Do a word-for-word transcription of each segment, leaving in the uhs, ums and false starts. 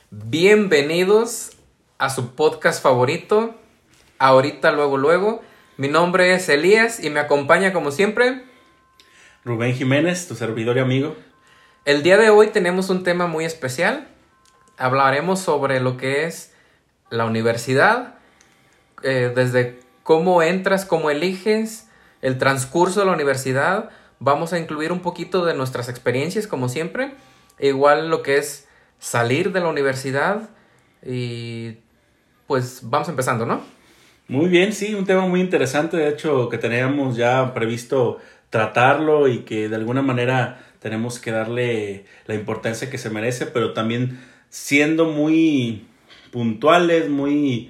Bienvenidos a su podcast favorito, Ahorita Luego Luego. Mi nombre es Elías y me acompaña como siempre Rubén Jiménez, tu servidor y amigo. El día de hoy tenemos un tema muy especial. Hablaremos sobre lo que es la universidad, eh, desde cómo entras, cómo eliges, el transcurso de la universidad. Vamos a incluir un poquito de nuestras experiencias como siempre, igual lo que es salir de la universidad y pues vamos empezando, ¿no? Muy bien, sí, un tema muy interesante, de hecho, que teníamos ya previsto tratarlo y que de alguna manera tenemos que darle la importancia que se merece, pero también siendo muy puntuales, muy,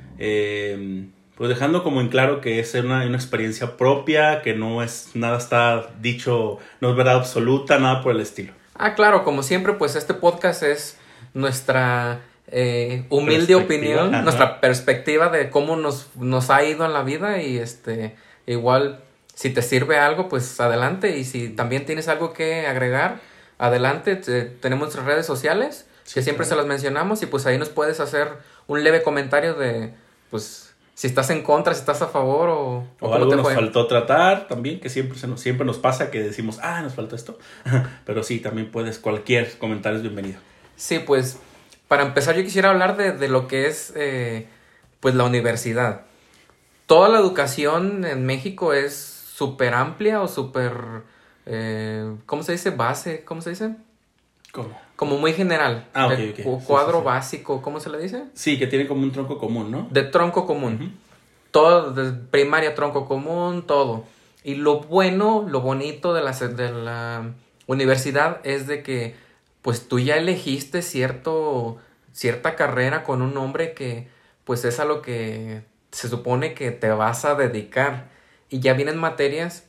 eh, pues dejando como en claro que es una, una experiencia propia, que no es, nada está dicho, no es verdad absoluta, nada por el estilo. Ah, claro, como siempre, pues este podcast es nuestra eh, humilde opinión, Ajá. nuestra perspectiva de cómo nos, nos ha ido en la vida y este igual si te sirve algo, pues adelante, y si también tienes algo que agregar, adelante. Te, tenemos nuestras redes sociales, sí, que siempre claro. Se las mencionamos, y pues ahí nos puedes hacer un leve comentario de, pues, si estás en contra, si estás a favor o... O, o algo te nos fue. faltó tratar también, que siempre, se nos, siempre nos pasa que decimos, ah, nos faltó esto. Pero sí, también puedes, cualquier comentario es bienvenido. Sí, pues, para empezar yo quisiera hablar de, de lo que es, eh, pues, la universidad. Toda la educación en México es súper amplia o súper, eh, ¿cómo se dice? Base, ¿cómo se dice? ¿Cómo? Como muy general. Ah, ok, de ok. Cuadro sí, sí, sí. básico, ¿cómo se le dice? Sí, que tiene como un tronco común, ¿no? De tronco común. Uh-huh. Todo, de primaria, tronco común, todo. Y lo bueno, lo bonito de la, de la universidad es de que, pues, tú ya elegiste cierto, cierta carrera con un nombre que, pues, es a lo que se supone que te vas a dedicar. Y ya vienen materias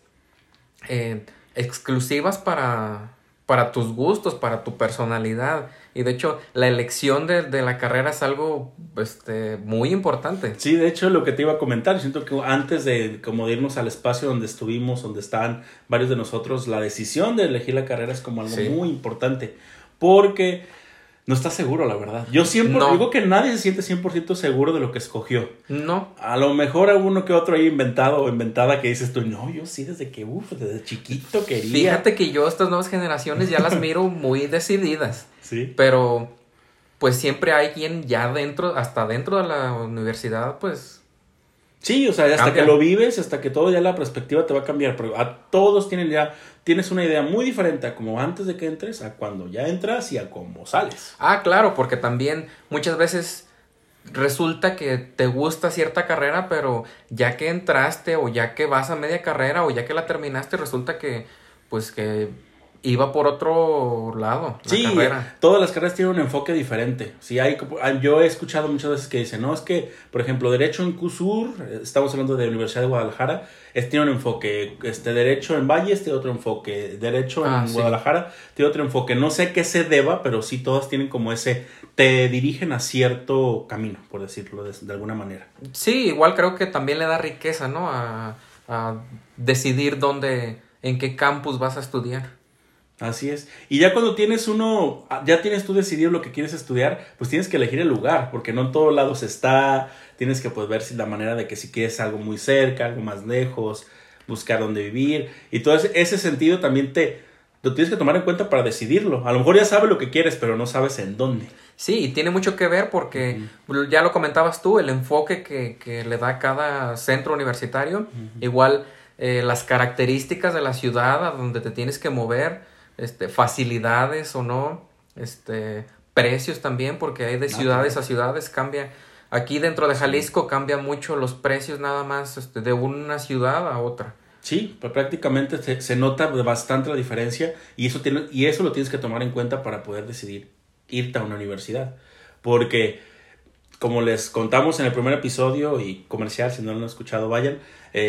eh, exclusivas para, para tus gustos, para tu personalidad. Y de hecho, la elección de, de la carrera es algo este, muy importante. Sí, de hecho, lo que te iba a comentar, siento que antes de como de irnos al espacio donde estuvimos, donde están varios de nosotros, la decisión de elegir la carrera es como algo sí. muy importante. Porque no estás seguro, la verdad. Yo siempre no. digo que nadie se siente cien por ciento seguro de lo que escogió. No. A lo mejor hay uno que otro ahí inventado o inventada que dices tú, no, yo sí desde que, uff, desde chiquito quería. Fíjate que yo estas nuevas generaciones ya las miro muy decididas. Sí. Pero, pues siempre hay quien ya dentro, hasta dentro de la universidad, pues... Sí, o sea, hasta cambia. que lo vives, hasta que todo ya la perspectiva te va a cambiar. Pero a todos tienen ya, tienes una idea muy diferente a como antes de que entres, a cuando ya entras y a cómo sales. Ah, claro, porque también muchas veces resulta que te gusta cierta carrera, pero ya que entraste o ya que vas a media carrera o ya que la terminaste, resulta que, pues que... iba por otro lado, la sí, carrera. Todas las carreras tienen un enfoque diferente. Sí, hay, yo he escuchado muchas veces que dicen, no, es que, por ejemplo, Derecho en CUSUR, estamos hablando de la Universidad de Guadalajara, es, tiene un enfoque, este, Derecho en Valles tiene otro enfoque, Derecho ah, en sí. Guadalajara tiene otro enfoque. No sé qué se deba, pero sí todas tienen como ese, te dirigen a cierto camino, por decirlo de, de alguna manera. Sí, igual creo que también le da riqueza, ¿no? A, a decidir dónde, en qué campus vas a estudiar. Así es. Y ya cuando tienes uno, ya tienes tú decidido lo que quieres estudiar, pues tienes que elegir el lugar, porque no en todos lados está. Tienes que pues ver si la manera de que si quieres algo muy cerca, algo más lejos, buscar dónde vivir. Y todo ese, ese sentido también te lo tienes que tomar en cuenta para decidirlo. A lo mejor ya sabes lo que quieres, pero no sabes en dónde. Sí, y tiene mucho que ver porque uh-huh. ya lo comentabas tú, el enfoque que, que le da cada centro universitario. Uh-huh. Igual eh, las características de la ciudad a donde te tienes que mover. Este, facilidades o no, este, precios también, porque hay de ciudades a ciudades, cambia. Aquí dentro de Jalisco sí. cambia mucho los precios nada más este, de una ciudad a otra. Sí, pues prácticamente se, se nota bastante la diferencia y eso, tiene, y eso lo tienes que tomar en cuenta para poder decidir irte a una universidad. Porque, como les contamos en el primer episodio y comercial, si no lo han escuchado, vayan,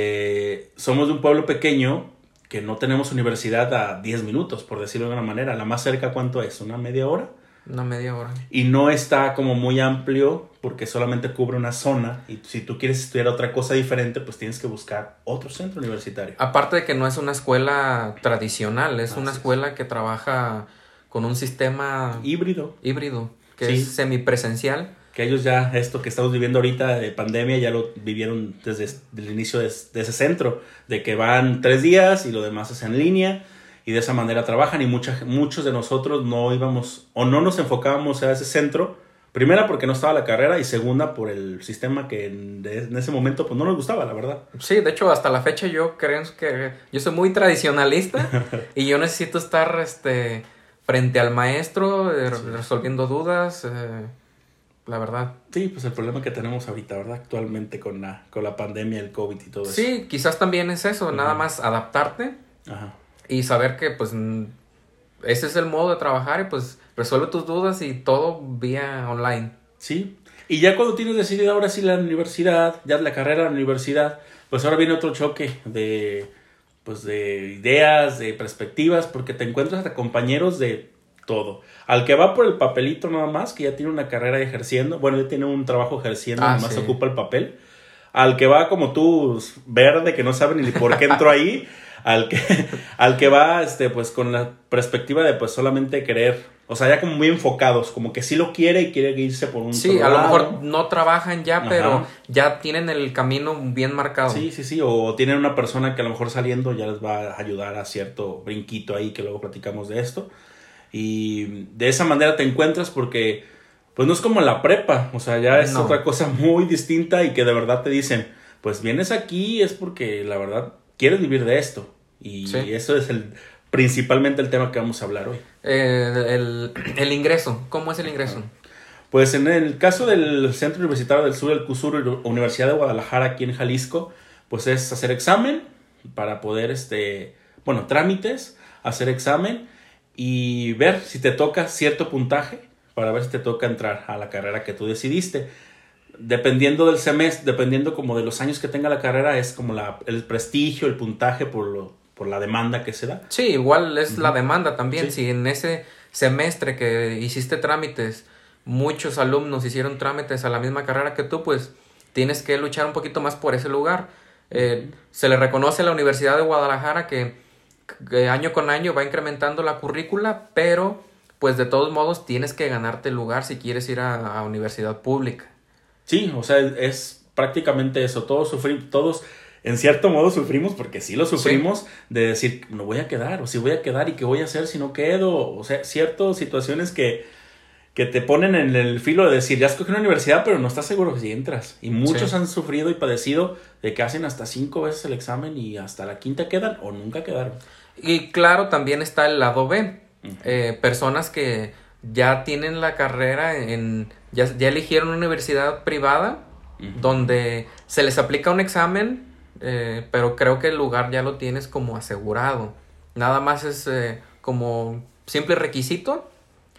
eh, somos de un pueblo pequeño que no tenemos universidad a diez minutos, por decirlo de alguna manera. La más cerca, ¿cuánto es? ¿Una media hora? Una media hora. Y no está como muy amplio porque solamente cubre una zona. Y si tú quieres estudiar otra cosa diferente, pues tienes que buscar otro centro universitario. Aparte de que no es una escuela tradicional, es Así una es. escuela que trabaja con un sistema... Híbrido. Híbrido. que sí. es semipresencial. Que ellos ya, esto que estamos viviendo ahorita de pandemia, ya lo vivieron desde el inicio de, de ese centro, de que van tres días y lo demás es en línea, y de esa manera trabajan, y mucha, muchos de nosotros no íbamos, o no nos enfocábamos a ese centro, primera porque no estaba la carrera, y segunda por el sistema que en, de, en ese momento pues no nos gustaba, la verdad. Sí, de hecho, hasta la fecha yo creo que yo soy muy tradicionalista, y yo necesito estar este, frente al maestro, eh, sí. resolviendo dudas, eh, la verdad. Sí, pues el problema que tenemos ahorita, ¿verdad? Actualmente con la, con la pandemia, el COVID y todo eso. Sí, quizás también es eso, uh-huh. nada más adaptarte. Ajá. Y saber que, pues, ese es el modo de trabajar y, pues, resuelve tus dudas y todo vía online. Sí, y ya cuando tienes decidido ahora sí la universidad, ya la carrera de la universidad, pues ahora viene otro choque de, pues, de ideas, de perspectivas, porque te encuentras a compañeros de todo. Al que va por el papelito nada más, que ya tiene una carrera ejerciendo, bueno, ya tiene un trabajo ejerciendo, ah, nada más sí. ocupa el papel. Al que va como tú, verde, que no sabe ni por qué entró ahí. Al que, al que va, este, pues, con la perspectiva de, pues, solamente querer, o sea, ya como muy enfocados, como que sí lo quiere y quiere irse por un Sí, a lo mejor no trabajan ya, Ajá. pero ya tienen el camino bien marcado. Sí, sí, sí, o tienen una persona que a lo mejor saliendo ya les va a ayudar a cierto brinquito ahí, que luego platicamos de esto. Y de esa manera te encuentras porque, pues, no es como la prepa, o sea, ya es no. otra cosa muy distinta y que de verdad te dicen, pues, vienes aquí es porque, la verdad, quieres vivir de esto. Y sí. eso es el principalmente el tema que vamos a hablar hoy. Eh, el, el ingreso. ¿Cómo es el ingreso? Pues en el caso del Centro Universitario del Sur, el CUSUR, Universidad de Guadalajara, aquí en Jalisco, pues es hacer examen para poder, este, bueno, trámites, hacer examen y ver si te toca cierto puntaje para ver si te toca entrar a la carrera que tú decidiste. Dependiendo del semestre, dependiendo como de los años que tenga la carrera, es como la, el prestigio, el puntaje por, lo, por la demanda que se da. Sí, igual es uh-huh. la demanda también. Sí. Si en ese semestre que hiciste trámites, muchos alumnos hicieron trámites a la misma carrera que tú, pues tienes que luchar un poquito más por ese lugar. Eh, uh-huh. Se le reconoce a la Universidad de Guadalajara que, que año con año va incrementando la currícula, pero pues de todos modos tienes que ganarte el lugar si quieres ir a, a universidad pública. Sí, o sea, es prácticamente eso. Todos sufrimos, todos en cierto modo sufrimos, porque sí lo sufrimos, sí. de decir, no voy a quedar, o si voy a quedar, y qué voy a hacer si no quedo. O sea, ciertas situaciones que, que te ponen en el filo de decir, ya escogí una universidad, pero no estás seguro si entras. Y muchos sí. han sufrido y padecido de que hacen hasta cinco veces el examen y hasta la quinta quedan o nunca quedaron. Y claro, también está el lado B. Uh-huh. Eh, personas que ya tienen la carrera en... Ya, ya eligieron una universidad privada uh-huh. donde se les aplica un examen, eh, pero creo que el lugar ya lo tienes como asegurado. Nada más es eh, como simple requisito,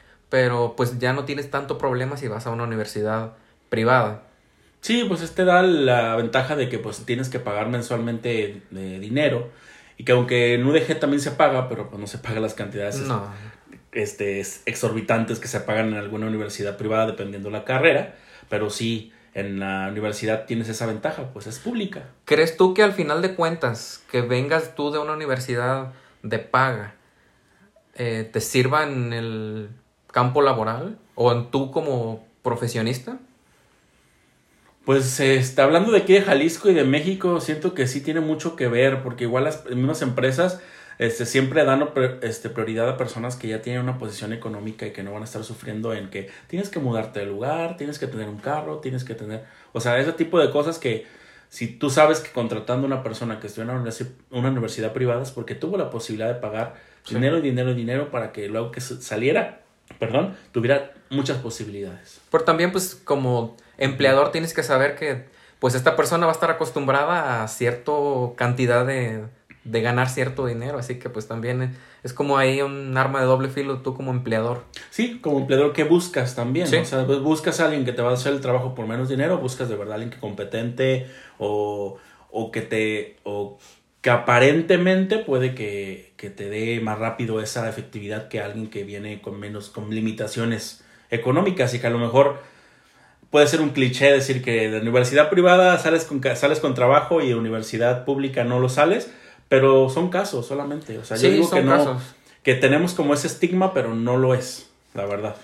pero pues ya no tienes tanto problema si vas a una universidad privada. Sí, pues este da la ventaja de que pues tienes que pagar mensualmente de dinero, y que aunque en U D G también se paga, pero pues no se pagan las cantidades no. este, exorbitantes que se pagan en alguna universidad privada dependiendo la carrera, pero sí, en la universidad tienes esa ventaja, pues es pública. ¿Crees tú que al final de cuentas, que vengas tú de una universidad de paga, eh, te sirva en el campo laboral o en tú como profesionista? Pues este, hablando de aquí de Jalisco y de México, siento que sí tiene mucho que ver, porque igual las mismas empresas este, siempre dan este, prioridad a personas que ya tienen una posición económica y que no van a estar sufriendo en que tienes que mudarte de lugar, tienes que tener un carro, tienes que tener... O sea, ese tipo de cosas que si tú sabes que contratando a una persona que estudia en una universidad, una universidad privada es porque tuvo la posibilidad de pagar sí. dinero y dinero y dinero para que luego que saliera, perdón, tuviera muchas posibilidades. Pero también pues como empleador tienes que saber que pues esta persona va a estar acostumbrada a cierta cantidad de, de ganar cierto dinero, así que pues también es como ahí un arma de doble filo tú como empleador. Sí, como empleador, ¿qué buscas también? Sí. O sea, pues buscas a alguien que te va a hacer el trabajo por menos dinero, buscas de verdad a alguien que competente o, o que te o que aparentemente puede que, que te dé más rápido esa efectividad que alguien que viene con menos, con limitaciones económicas, y que a lo mejor puede ser un cliché decir que de universidad privada sales con, sales con trabajo y de universidad pública no lo sales, pero son casos solamente. O sea, sí, yo digo son que no, casos. Que tenemos como ese estigma, pero no lo es, la verdad.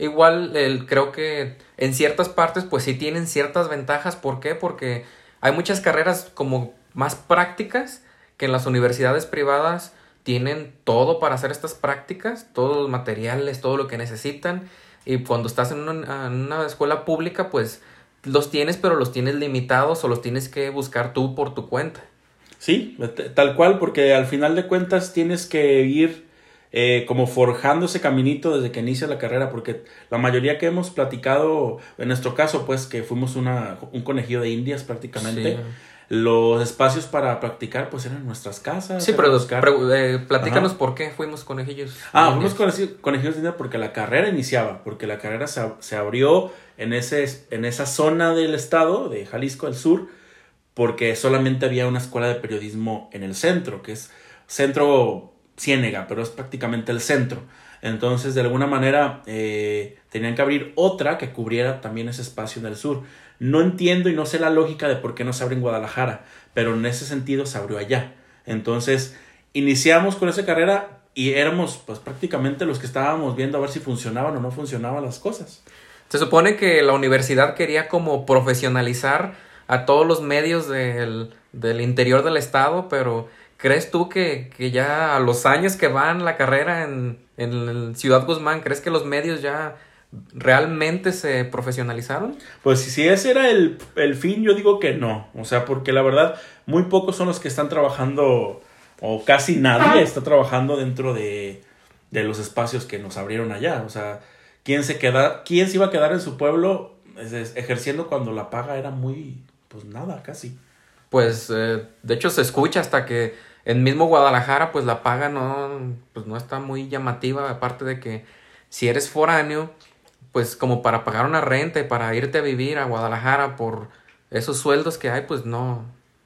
igual el, creo que en ciertas partes pues sí tienen ciertas ventajas. ¿Por qué? Porque hay muchas carreras como más prácticas que en las universidades privadas tienen todo para hacer estas prácticas, todos los materiales, todo lo que necesitan. Y cuando estás en una, en una escuela pública, pues los tienes, pero los tienes limitados o los tienes que buscar tú por tu cuenta. Sí, tal cual, porque al final de cuentas tienes que ir eh, como forjando ese caminito desde que inicia la carrera, porque la mayoría que hemos platicado, en nuestro caso, pues que fuimos una, un conejillo de indias prácticamente, sí. Los espacios para practicar pues eran nuestras casas. Sí, pero, buscar... pero eh, platícanos. Ajá. Por qué fuimos conejillos. Ah, fuimos conejillos de indias porque la carrera iniciaba, porque la carrera se, se abrió en, ese, en esa zona del estado, de Jalisco al sur, porque solamente había una escuela de periodismo en el centro, que es Centro Ciénega, pero es prácticamente el centro. Entonces, de alguna manera, eh, tenían que abrir otra que cubriera también ese espacio en el sur. No entiendo y no sé la lógica de por qué no se abre en Guadalajara, pero en ese sentido se abrió allá. Entonces, iniciamos con esa carrera y éramos pues prácticamente los que estábamos viendo a ver si funcionaban o no funcionaban las cosas. Se supone que la universidad quería como profesionalizar a todos los medios del, del interior del estado, pero ¿crees tú que, que ya a los años que van la carrera en, en Ciudad Guzmán, crees que los medios ya realmente se profesionalizaron? Pues si ese era el, el fin, yo digo que no. O sea, porque la verdad, muy pocos son los que están trabajando, o casi nadie está trabajando dentro de, de los espacios que nos abrieron allá. O sea, ¿quién se queda, quién se iba a quedar en su pueblo ejerciendo cuando la paga era muy, pues nada, casi? Pues, eh, de hecho se escucha hasta que en mismo Guadalajara, pues la paga no, pues no está muy llamativa, aparte de que si eres foráneo, pues como para pagar una renta y para irte a vivir a Guadalajara por esos sueldos que hay, pues no,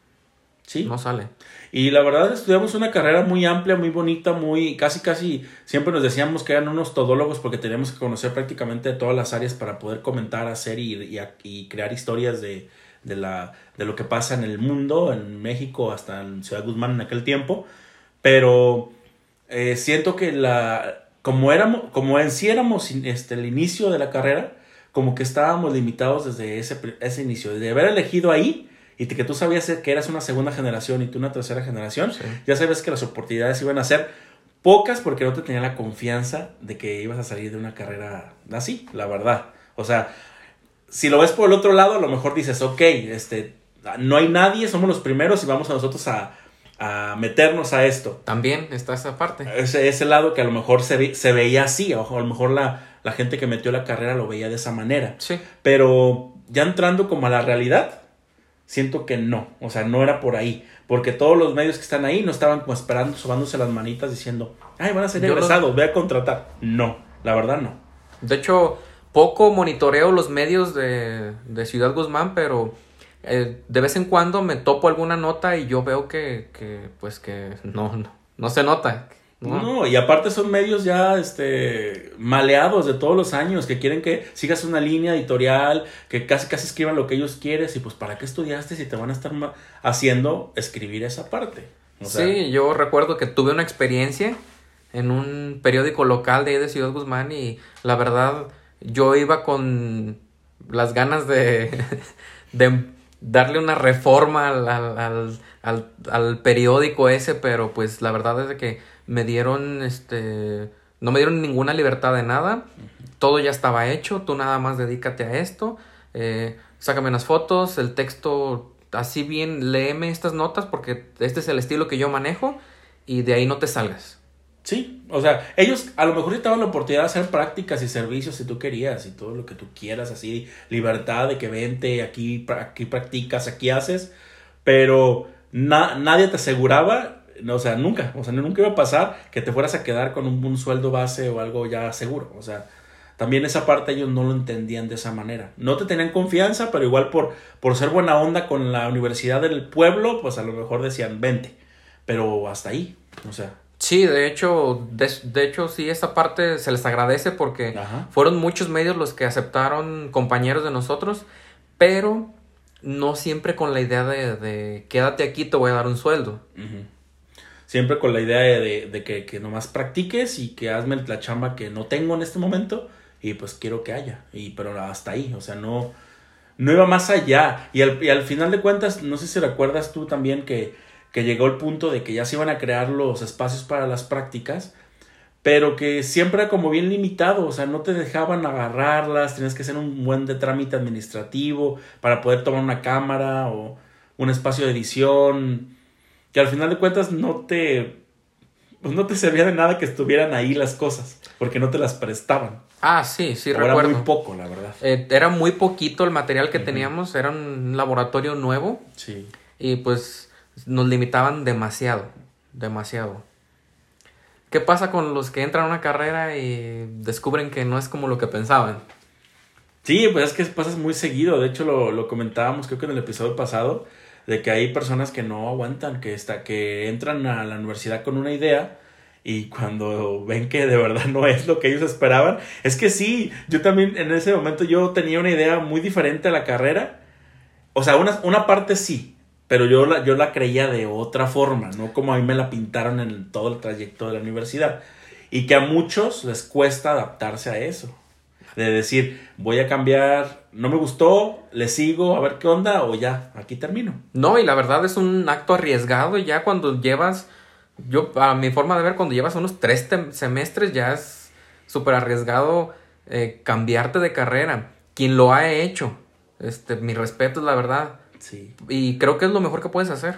sí. No sale. Y la verdad estudiamos una carrera muy amplia, muy bonita, muy casi casi siempre nos decíamos que eran unos todólogos porque teníamos que conocer prácticamente todas las áreas para poder comentar, hacer y, y, y crear historias de, de, la, de lo que pasa en el mundo, en México, hasta en Ciudad Guzmán en aquel tiempo. Pero eh, siento que la... Como éramos, como en sí éramos este, el inicio de la carrera, como que estábamos limitados desde ese, ese inicio, desde haber elegido ahí y que tú sabías que eras una segunda generación y tú una tercera generación, sí. Ya sabes que las oportunidades iban a ser pocas porque no te tenían la confianza de que ibas a salir de una carrera así, la verdad. O sea, si lo ves por el otro lado, a lo mejor dices, ok, este, no hay nadie, somos los primeros y vamos a nosotros a... a meternos a esto. También está esa parte. Ese, ese lado que a lo mejor se, ve, se veía así, o a lo mejor la, la gente que metió la carrera lo veía de esa manera. Sí. Pero ya entrando como a la realidad, siento que no, o sea, no era por ahí, porque todos los medios que están ahí no estaban como esperando, sobándose las manitas diciendo, ay, van a ser egresados, lo... voy a contratar. No, la verdad no. De hecho, poco monitoreo los medios de, de Ciudad Guzmán, pero... Eh, de vez en cuando me topo alguna nota y yo veo que, que pues que no, no, no se nota. No. no, y aparte son medios ya este maleados de todos los años que quieren que sigas una línea editorial, que casi casi escriban lo que ellos quieren y pues ¿para qué estudiaste si te van a estar haciendo escribir esa parte? O sea, sí, yo recuerdo que tuve una experiencia en un periódico local de ahí de Ciudad Guzmán y la verdad yo iba con las ganas de... de darle una reforma al, al, al, al periódico ese, pero pues la verdad es de que me dieron, este, no me dieron ninguna libertad de nada, todo ya estaba hecho, tú nada más dedícate a esto, eh, sácame unas fotos, el texto, así bien, léeme estas notas porque este es el estilo que yo manejo y de ahí no te salgas. Sí, o sea, ellos a lo mejor sí te daban la oportunidad de hacer prácticas y servicios si tú querías y todo lo que tú quieras, así, libertad de que vente, aquí, aquí practicas, aquí haces, pero na- nadie te aseguraba, o sea, nunca, o sea, nunca iba a pasar que te fueras a quedar con un, un sueldo base o algo ya seguro, o sea, también esa parte ellos no lo entendían de esa manera, no te tenían confianza, pero igual por, por ser buena onda con la universidad del pueblo, pues a lo mejor decían, vente, pero hasta ahí, o sea... Sí, de hecho, de, de hecho sí, esa parte se les agradece porque Ajá. fueron muchos medios los que aceptaron compañeros de nosotros, pero no siempre con la idea de, de quédate aquí, te voy a dar un sueldo. Uh-huh. Siempre con la idea de, de, de que, que nomás practiques y que hazme la chamba que no tengo en este momento y pues quiero que haya, y pero hasta ahí, o sea, no, no iba más allá, y al, y al final de cuentas, no sé si recuerdas tú también que, que llegó el punto de que ya se iban a crear los espacios para las prácticas, pero que siempre era como bien limitado, o sea, no te dejaban agarrarlas, tenías que hacer un buen de trámite administrativo para poder tomar una cámara o un espacio de edición, que al final de cuentas no te, pues no te servía de nada que estuvieran ahí las cosas, porque no te las prestaban. Ah, sí, sí, o recuerdo. Era muy poco, la verdad. Eh, era muy poquito el material que uh-huh. teníamos, era un laboratorio nuevo. Sí. Y pues nos limitaban demasiado, demasiado. ¿Qué pasa con los que entran a una carrera y descubren que no es como lo que pensaban? Sí, pues es que pasa muy seguido. De hecho, lo, lo comentábamos creo que en el episodio pasado, de que hay personas que no aguantan, que, está, que entran a la universidad con una idea y cuando ven que de verdad no es lo que ellos esperaban. Es que sí, yo también en ese momento yo tenía una idea muy diferente a la carrera. O sea, una, una parte sí. Pero yo la, yo la creía de otra forma, no como a mí me la pintaron en todo el trayecto de la universidad. Y que a muchos les cuesta adaptarse a eso. De decir, voy a cambiar, no me gustó, le sigo, a ver qué onda, o ya, aquí termino. No, y la verdad es un acto arriesgado, y ya cuando llevas, yo a mi forma de ver, cuando llevas unos tres tem- semestres ya es súper arriesgado eh, cambiarte de carrera. Quien lo ha hecho, este, mi respeto es la verdad. Sí. Y creo que es lo mejor que puedes hacer.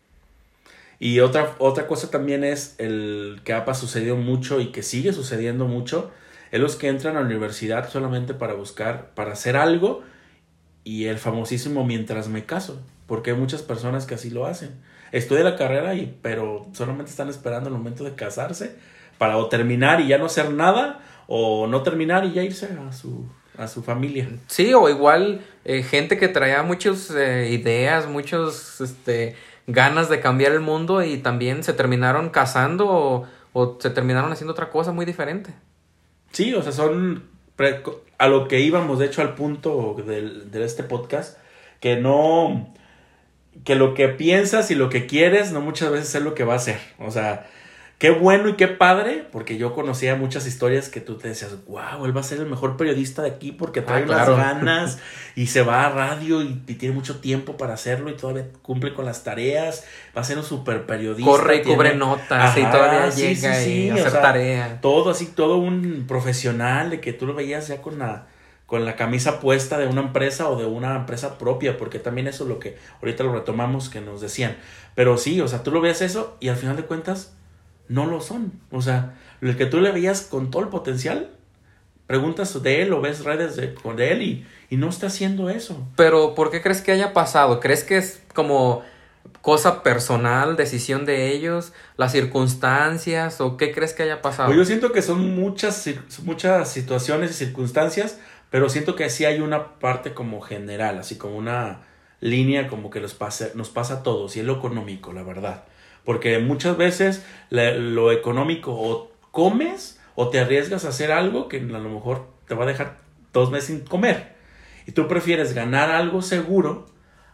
Y otra, otra cosa también es el que ha sucedido mucho y que sigue sucediendo mucho, es los que entran a la universidad solamente para buscar, para hacer algo, y el famosísimo mientras me caso, porque hay muchas personas que así lo hacen. Estudia la carrera, y, pero solamente están esperando el momento de casarse para o terminar y ya no hacer nada, o no terminar y ya irse a su... a su familia. Sí, o igual eh, gente que traía muchas eh, ideas, muchos este, ganas de cambiar el mundo y también se terminaron casando o, o se terminaron haciendo otra cosa muy diferente. Sí, o sea, son pre- a lo que íbamos, de hecho, al punto de, de este podcast, que no, que lo que piensas y lo que quieres no muchas veces es lo que va a ser. O sea, qué bueno y qué padre, porque yo conocía muchas historias que tú te decías, wow, él va a ser el mejor periodista de aquí porque trae ah, unas claro. ganas y se va a radio y, y tiene mucho tiempo para hacerlo y todavía cumple con las tareas, va a ser un super periodista. Corre y tiene... cubre notas. Ajá, y todavía sí, llega sí, sí, y hacer o sea, tarea. Todo así, todo un profesional de que tú lo veías ya con la... con la camisa puesta de una empresa o de una empresa propia, porque también eso es lo que ahorita lo retomamos que nos decían. Pero sí, o sea, tú lo veías eso y al final de cuentas no lo son. O sea, el que tú le veías con todo el potencial, preguntas de él o ves redes de, de él y, y no está haciendo eso. Pero, ¿por qué crees que haya pasado? ¿Crees que es como cosa personal, decisión de ellos, las circunstancias, o qué crees que haya pasado? Pues yo siento que son muchas, muchas situaciones y circunstancias, pero siento que sí hay una parte como general, así como una línea como que nos pasa, nos pasa a todos, y es lo económico, la verdad. Porque muchas veces la, lo económico o comes o te arriesgas a hacer algo que a lo mejor te va a dejar dos meses sin comer. Y tú prefieres ganar algo seguro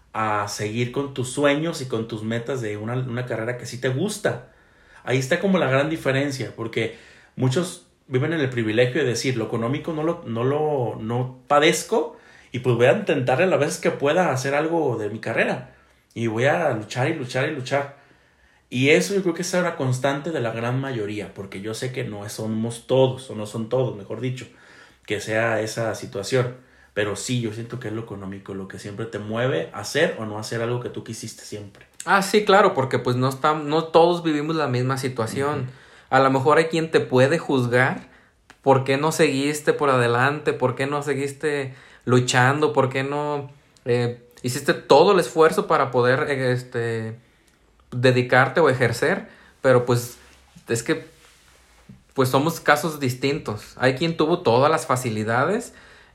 a seguir con tus sueños y con tus metas de una, una carrera que sí te gusta. Ahí está como la gran diferencia, porque muchos viven en el privilegio de decir, lo económico no lo, no lo no padezco y pues voy a intentar a la vez que pueda hacer algo de mi carrera. Y voy a luchar y luchar y luchar. Y eso yo creo que es una constante de la gran mayoría, porque yo sé que no somos todos, o no son todos, mejor dicho, que sea esa situación. Pero sí, yo siento que es lo económico, lo que siempre te mueve a hacer o no hacer algo que tú quisiste siempre. Ah, sí, claro, porque pues no, está, no todos vivimos la misma situación. Uh-huh. A lo mejor hay quien te puede juzgar por qué no seguiste por adelante, por qué no seguiste luchando, por qué no eh, hiciste todo el esfuerzo para poder... Eh, este dedicarte o ejercer, pero pues es que pues somos casos distintos. Hay quien tuvo todas las facilidades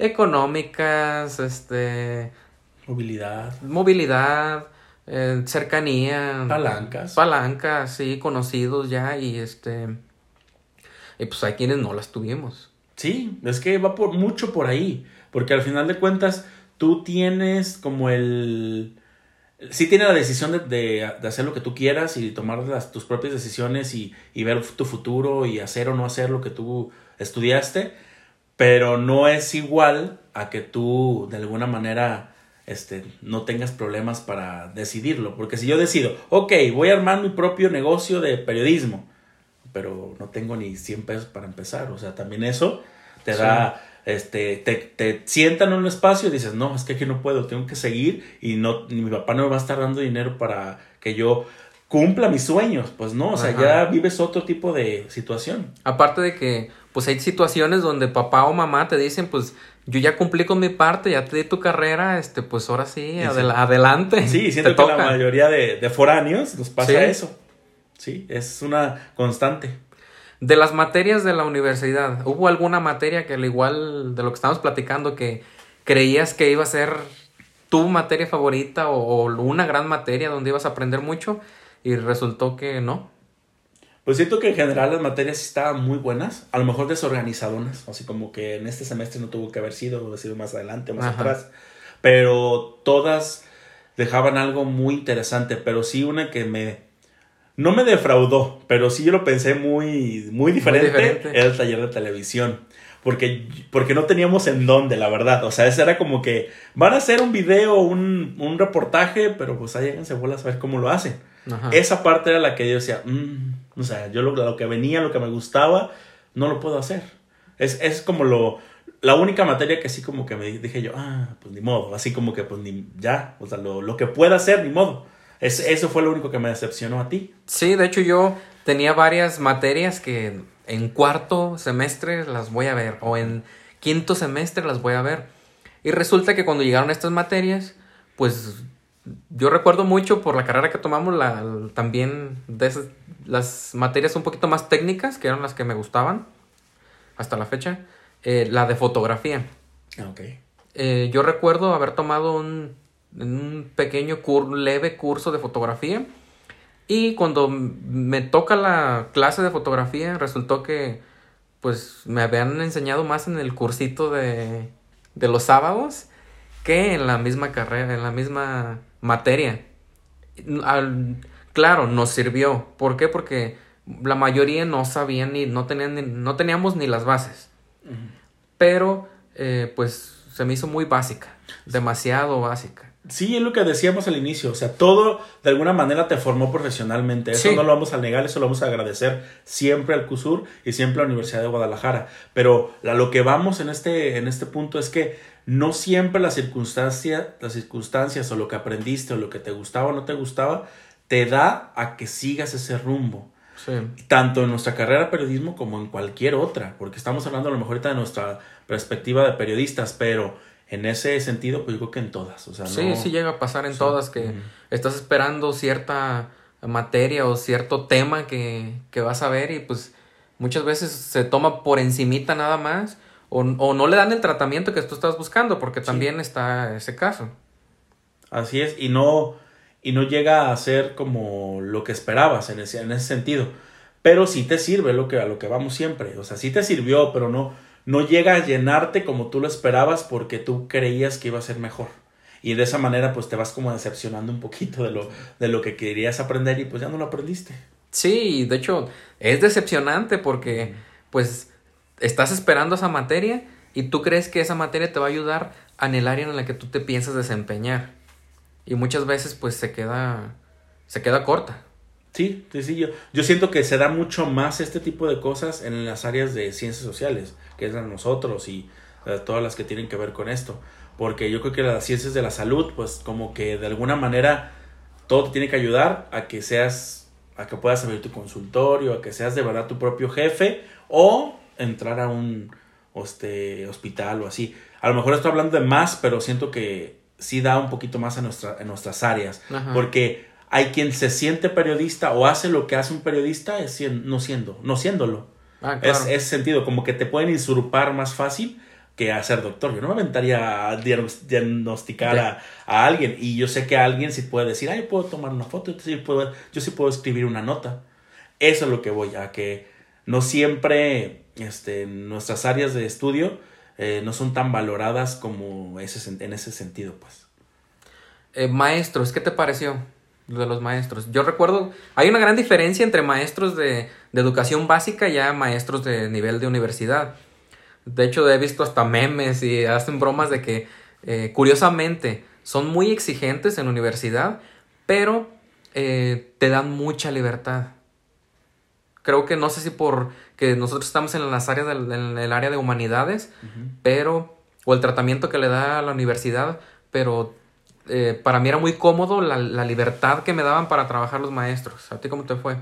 económicas, este movilidad, movilidad, eh, cercanía, palancas, palancas, sí, conocidos ya, y este y pues hay quienes no las tuvimos. Sí, es que va por mucho por ahí, porque al final de cuentas tú tienes como el sí tienes la decisión de, de, de hacer lo que tú quieras y tomar las, tus propias decisiones y, y ver tu futuro y hacer o no hacer lo que tú estudiaste, pero no es igual a que tú de alguna manera este, no tengas problemas para decidirlo. Porque si yo decido, ok, voy a armar mi propio negocio de periodismo, pero no tengo ni cien pesos para empezar, o sea, también eso te sí. da, este, te, te sientan en un espacio y dices, no, es que aquí no puedo, tengo que seguir y no, mi papá no me va a estar dando dinero para que yo cumpla mis sueños, pues no, o sea, Ajá. ya vives otro tipo de situación. Aparte de que, pues hay situaciones donde papá o mamá te dicen, pues, yo ya cumplí con mi parte, ya te di tu carrera, este, pues ahora sí, sí. Adel- adelante. Sí, siento que toca. La mayoría de, de foráneos nos pasa sí. eso. Sí, es una constante. De las materias de la universidad, ¿hubo alguna materia que al igual de lo que estamos platicando que creías que iba a ser tu materia favorita o, o una gran materia donde ibas a aprender mucho y resultó que no? Pues siento que en general las materias estaban muy buenas, a lo mejor desorganizadonas, así como que en este semestre no tuvo que haber sido, haber sido más adelante, más Ajá. atrás, pero todas dejaban algo muy interesante, pero sí una que me... No me defraudó, pero sí yo lo pensé muy, muy diferente, muy diferente. Era el taller de televisión. Porque, porque no teníamos en dónde, la verdad. O sea, ese era como que van a hacer un video, un, un reportaje, pero pues ahí háganse bolas a ver cómo lo hacen. Ajá. Esa parte era la que yo decía, mmm, o sea, yo lo, lo que venía, lo que me gustaba, no lo puedo hacer. Es, es como lo... La única materia que así como que me dije yo, ah, pues ni modo. Así como que pues ni ya, o sea, lo, lo que pueda hacer, ni modo. Es, eso fue lo único que me decepcionó a ti. Sí, de hecho yo tenía varias materias que en cuarto semestre las voy a ver o en quinto semestre las voy a ver. Y resulta que cuando llegaron estas materias, pues yo recuerdo mucho por la carrera que tomamos la, también de esas, las materias un poquito más técnicas, que eran las que me gustaban hasta la fecha, eh, la de fotografía. Okay. Eh, yo recuerdo haber tomado un... en un pequeño cur- leve curso de fotografía y cuando me toca la clase de fotografía resultó que pues me habían enseñado más en el cursito de, de los sábados que en la misma carrera, en la misma materia. Al, claro, nos sirvió. ¿Por qué? Porque la mayoría no sabían ni no tenían ni, no teníamos ni las bases. Uh-huh. Pero eh, pues se me hizo muy básica, demasiado básica. Sí, es lo que decíamos al inicio, o sea, todo de alguna manera te formó profesionalmente, eso sí. No lo vamos a negar, eso lo vamos a agradecer siempre al CUSUR y siempre a la Universidad de Guadalajara, pero a lo que vamos en este, en este punto es que no siempre la circunstancia, las circunstancias o lo que aprendiste o lo que te gustaba o no te gustaba te da a que sigas ese rumbo. Sí. Tanto en nuestra carrera de periodismo como en cualquier otra, porque estamos hablando a lo mejor ahorita de nuestra perspectiva de periodistas, pero en ese sentido, pues yo creo que en todas. O sea, sí, no... sí llega a pasar en sí. todas que uh-huh. estás esperando cierta materia o cierto tema que, que vas a ver y pues muchas veces se toma por encimita nada más o, o no le dan el tratamiento que tú estás buscando porque sí. también está ese caso. Así es, y no, y no llega a ser como lo que esperabas en ese, en ese sentido. Pero sí te sirve lo que, a lo que vamos siempre. O sea, sí te sirvió, pero no... no llega a llenarte como tú lo esperabas porque tú creías que iba a ser mejor. Y de esa manera pues te vas como decepcionando un poquito de lo, de lo que querías aprender y pues ya no lo aprendiste. Sí, de hecho es decepcionante porque pues estás esperando esa materia y tú crees que esa materia te va a ayudar en el área en la que tú te piensas desempeñar. Y muchas veces pues se queda, se queda corta. Sí, sí, sí, yo, yo siento que se da mucho más este tipo de cosas en las áreas de ciencias sociales, que es la de nosotros y uh, todas las que tienen que ver con esto, porque yo creo que las ciencias de la salud, pues como que de alguna manera todo te tiene que ayudar a que seas, a que puedas abrir tu consultorio, a que seas de verdad tu propio jefe o entrar a un este, hospital o así. A lo mejor estoy hablando de más, pero siento que sí da un poquito más en, nuestra, en nuestras áreas, Ajá. porque... hay quien se siente periodista o hace lo que hace un periodista es no siendo, no siéndolo. Ah, claro. Es, es sentido, como que te pueden usurpar más fácil que a ser doctor. Yo no me aventaría a diagnosticar a, a alguien. Y yo sé que alguien sí puede decir, ah, yo puedo tomar una foto, yo sí puedo, yo sí puedo escribir una nota. Eso es lo que voy, a que no siempre este, nuestras áreas de estudio eh, no son tan valoradas como ese, en ese sentido, pues. Eh, maestros, ¿qué te pareció? De los maestros. Yo recuerdo, hay una gran diferencia entre maestros de, de educación básica y ya maestros de nivel de universidad. De hecho, he visto hasta memes y hacen bromas de que, eh, curiosamente, son muy exigentes en la universidad, pero eh, te dan mucha libertad. Creo que no sé si por que nosotros estamos en las áreas del, en el área de humanidades, uh-huh. pero o el tratamiento que le da a la universidad, pero eh, para mí era muy cómodo la, la libertad que me daban para trabajar los maestros. ¿A ti cómo te fue?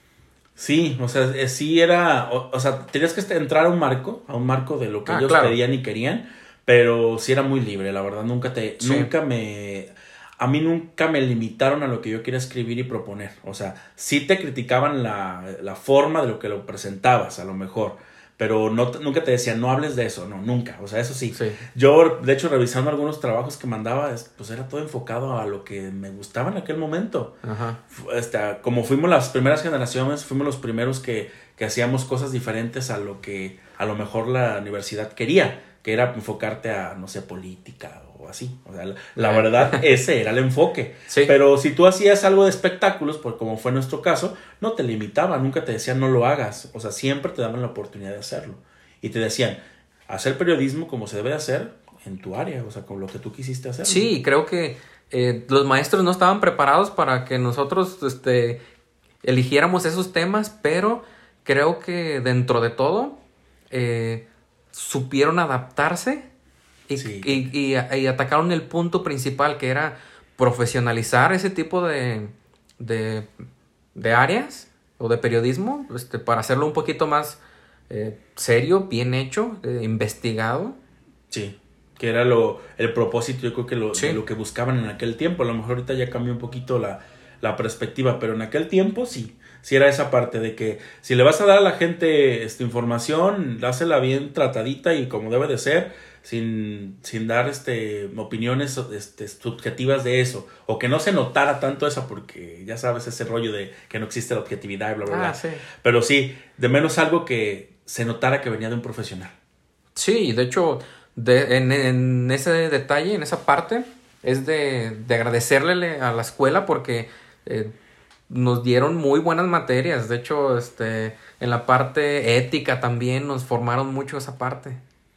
Sí, o sea, sí era, o, o sea, tenías que entrar a un marco, a un marco de lo que ah, ellos claro. pedían y querían, pero sí era muy libre, la verdad, nunca te, sí. nunca me, a mí nunca me limitaron a lo que yo quería escribir y proponer, o sea, sí te criticaban la, la forma de lo que lo presentabas, a lo mejor, pero no, nunca te decían, no hables de eso, no, nunca, o sea, eso sí. sí. Yo, de hecho, revisando algunos trabajos que mandaba, pues era todo enfocado a lo que me gustaba en aquel momento. Ajá. Este, como fuimos las primeras generaciones, fuimos los primeros que, que hacíamos cosas diferentes a lo que a lo mejor la universidad quería, que era enfocarte a, no sé, política o así. O sea, la, la verdad, ese era el enfoque. Sí. Pero si tú hacías algo de espectáculos, pues como fue nuestro caso, no te limitaban, nunca te decían no lo hagas. O sea, siempre te daban la oportunidad de hacerlo. Y te decían, hacer periodismo como se debe hacer en tu área, o sea, con lo que tú quisiste hacer. Sí, ¿no? Creo que eh, los maestros no estaban preparados para que nosotros este, eligiéramos esos temas, pero creo que dentro de todo eh, supieron adaptarse y, sí. y, y, y atacaron el punto principal, que era profesionalizar ese tipo de, de, de áreas o de periodismo, este, para hacerlo un poquito más eh, serio, bien hecho, eh, investigado. Sí, que era lo el propósito, yo creo que lo, sí. de lo que buscaban en aquel tiempo. A lo mejor ahorita ya cambió un poquito la, la perspectiva, pero en aquel tiempo sí. Sí era esa parte de que si le vas a dar a la gente esta información, dásela bien tratadita y como debe de ser, sin, sin dar este opiniones este, subjetivas de eso, o que no se notara tanto eso, porque ya sabes ese rollo de que no existe la objetividad y bla bla bla. Ah, sí. Pero sí, de menos algo que se notara que venía de un profesional. Sí, de hecho, de, en, en ese detalle, en esa parte, es de, de agradecerle a la escuela porque eh, nos dieron muy buenas materias. De hecho, este, en la parte ética también nos formaron mucho esa parte.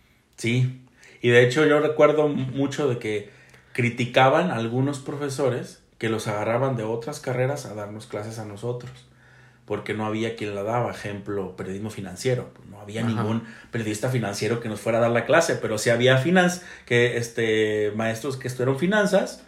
Sí, y de hecho yo recuerdo mucho de que criticaban a algunos profesores que los agarraban de otras carreras a darnos clases a nosotros, porque no había quien la daba. Ejemplo, periodismo financiero, no había Ajá. ningún periodista financiero que nos fuera a dar la clase, pero sí había finanzas, que este maestros que estudiaron finanzas,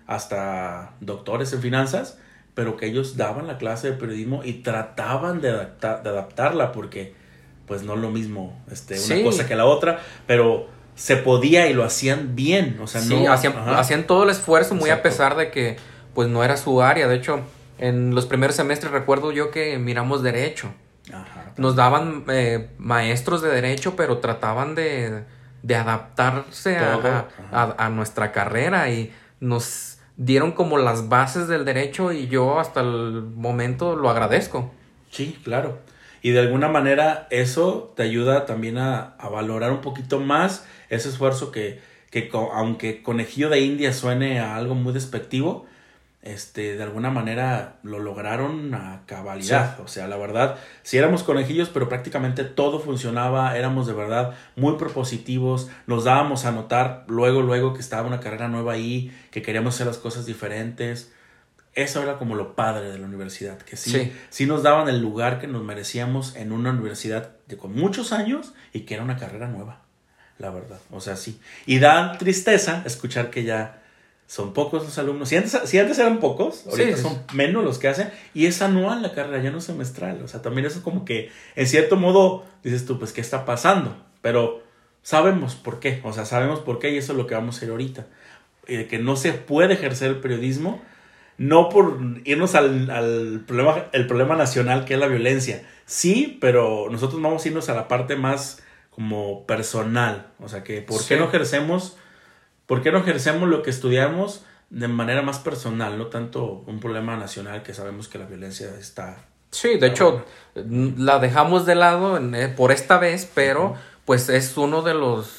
hasta doctores en finanzas, pero que ellos daban la clase de periodismo y trataban de, adapta, de adaptarla, porque pues no es lo mismo este, una sí. cosa que la otra, pero se podía y lo hacían bien, o sea, sí, no... hacían, hacían todo el esfuerzo, muy Exacto. a pesar de que pues no era su área. De hecho, en los primeros semestres recuerdo yo que miramos derecho. Ajá, nos daban eh, maestros de derecho, pero trataban de, de adaptarse a, a, a, a nuestra carrera y nos dieron como las bases del derecho, y yo hasta el momento lo agradezco. Sí, claro. Y de alguna manera eso te ayuda también a, a valorar un poquito más ese esfuerzo que, que aunque conejillo de India suene a algo muy despectivo, este, de alguna manera lo lograron a cabalidad. Sí. O sea, la verdad, sí éramos conejillos, pero prácticamente todo funcionaba, éramos de verdad muy propositivos, nos dábamos a notar luego, luego que estaba una carrera nueva ahí, que queríamos hacer las cosas diferentes. Eso era como lo padre de la universidad, que sí, sí. sí nos daban el lugar que nos merecíamos en una universidad de, con muchos años, y que era una carrera nueva, la verdad. O sea, sí. Y da tristeza escuchar que ya son pocos los alumnos. Si antes, si antes eran pocos, ahorita sí. son menos los que hacen. Y es anual la carrera, ya no es semestral. O sea, también eso como que, en cierto modo, dices tú, pues, ¿qué está pasando? Pero sabemos por qué. O sea, sabemos por qué, y eso es lo que vamos a ir ahorita. Eh, que no se puede ejercer el periodismo, no por irnos al, al problema, el problema nacional, que es la violencia. Sí, pero nosotros vamos a irnos a la parte más como personal. O sea, que ¿por sí. qué no ejercemos... ¿Por qué no ejercemos lo que estudiamos de manera más personal, no tanto un problema nacional, que sabemos que la violencia está... Sí, de hecho, buena. La dejamos de lado por esta vez, pero uh-huh. pues es uno de los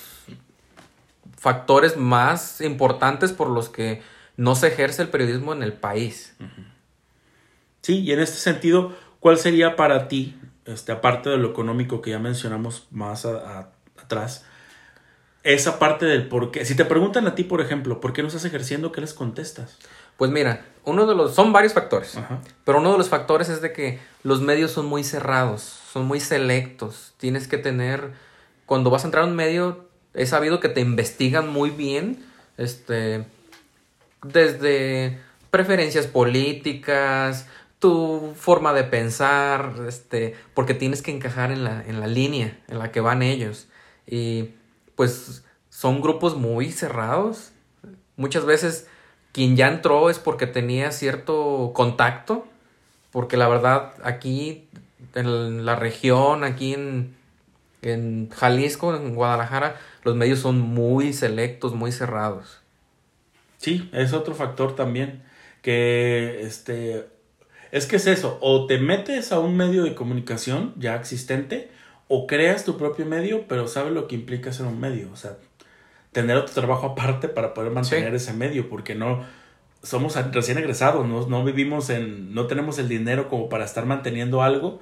factores más importantes por los que no se ejerce el periodismo en el país. Uh-huh. Sí, y en este sentido, ¿cuál sería para ti, este, aparte de lo económico que ya mencionamos más a, a, atrás, esa parte del por qué. Si te preguntan a ti, por ejemplo, ¿por qué no estás ejerciendo? ¿Qué les contestas? Pues mira, uno de los, son varios factores, Ajá. pero uno de los factores es de que los medios son muy cerrados, son muy selectos. Tienes que tener, cuando vas a entrar a un medio, he sabido que te investigan muy bien, este, desde preferencias políticas, tu forma de pensar, este, porque tienes que encajar en la, en la línea en la que van ellos. Y pues son grupos muy cerrados. Muchas veces quien ya entró es porque tenía cierto contacto, porque la verdad aquí en la región, aquí en, en Jalisco, en Guadalajara, los medios son muy selectos, muy cerrados. Sí, es otro factor también, que este, es que es eso, o te metes a un medio de comunicación ya existente, o creas tu propio medio, pero sabes lo que implica ser un medio, o sea, tener otro trabajo aparte para poder mantener sí. ese medio, porque no somos recién egresados, no, no vivimos en, no tenemos el dinero como para estar manteniendo algo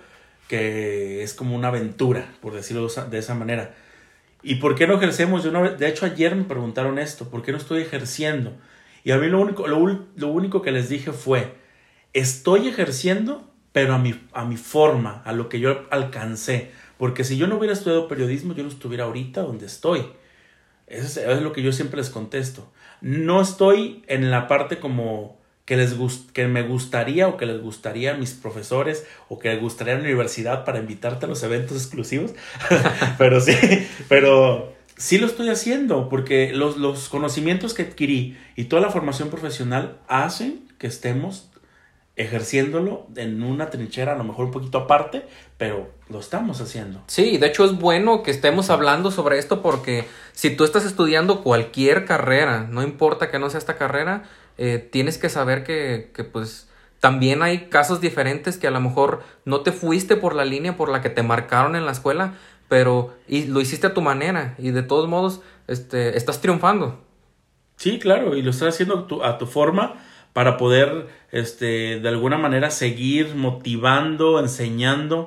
que es como una aventura, por decirlo de esa manera. ¿Y por qué no ejercemos? Yo no, de hecho, ayer me preguntaron esto, ¿por qué no estoy ejerciendo? Y a mí lo único, lo, lo único que les dije fue, estoy ejerciendo, pero a mi, a mi forma, a lo que yo alcancé. Porque si yo no hubiera estudiado periodismo, yo no estuviera ahorita donde estoy. Eso es, es lo que yo siempre les contesto. No estoy en la parte como que, les gust, que me gustaría o que les gustaría a mis profesores o que les gustaría a la universidad para invitarte a los eventos exclusivos. Pero sí, pero sí lo estoy haciendo porque los, los conocimientos que adquirí y toda la formación profesional hacen que estemos ejerciéndolo en una trinchera a lo mejor un poquito aparte, pero lo estamos haciendo. Sí, de hecho es bueno que estemos hablando sobre esto porque si tú estás estudiando cualquier carrera, no importa que no sea esta carrera, eh, tienes que saber que, que pues también hay casos diferentes que a lo mejor no te fuiste por la línea por la que te marcaron en la escuela, pero y lo hiciste a tu manera y de todos modos este, estás triunfando. Sí, claro, y lo estás haciendo a tu, a tu forma para poder este, de alguna manera seguir motivando, enseñando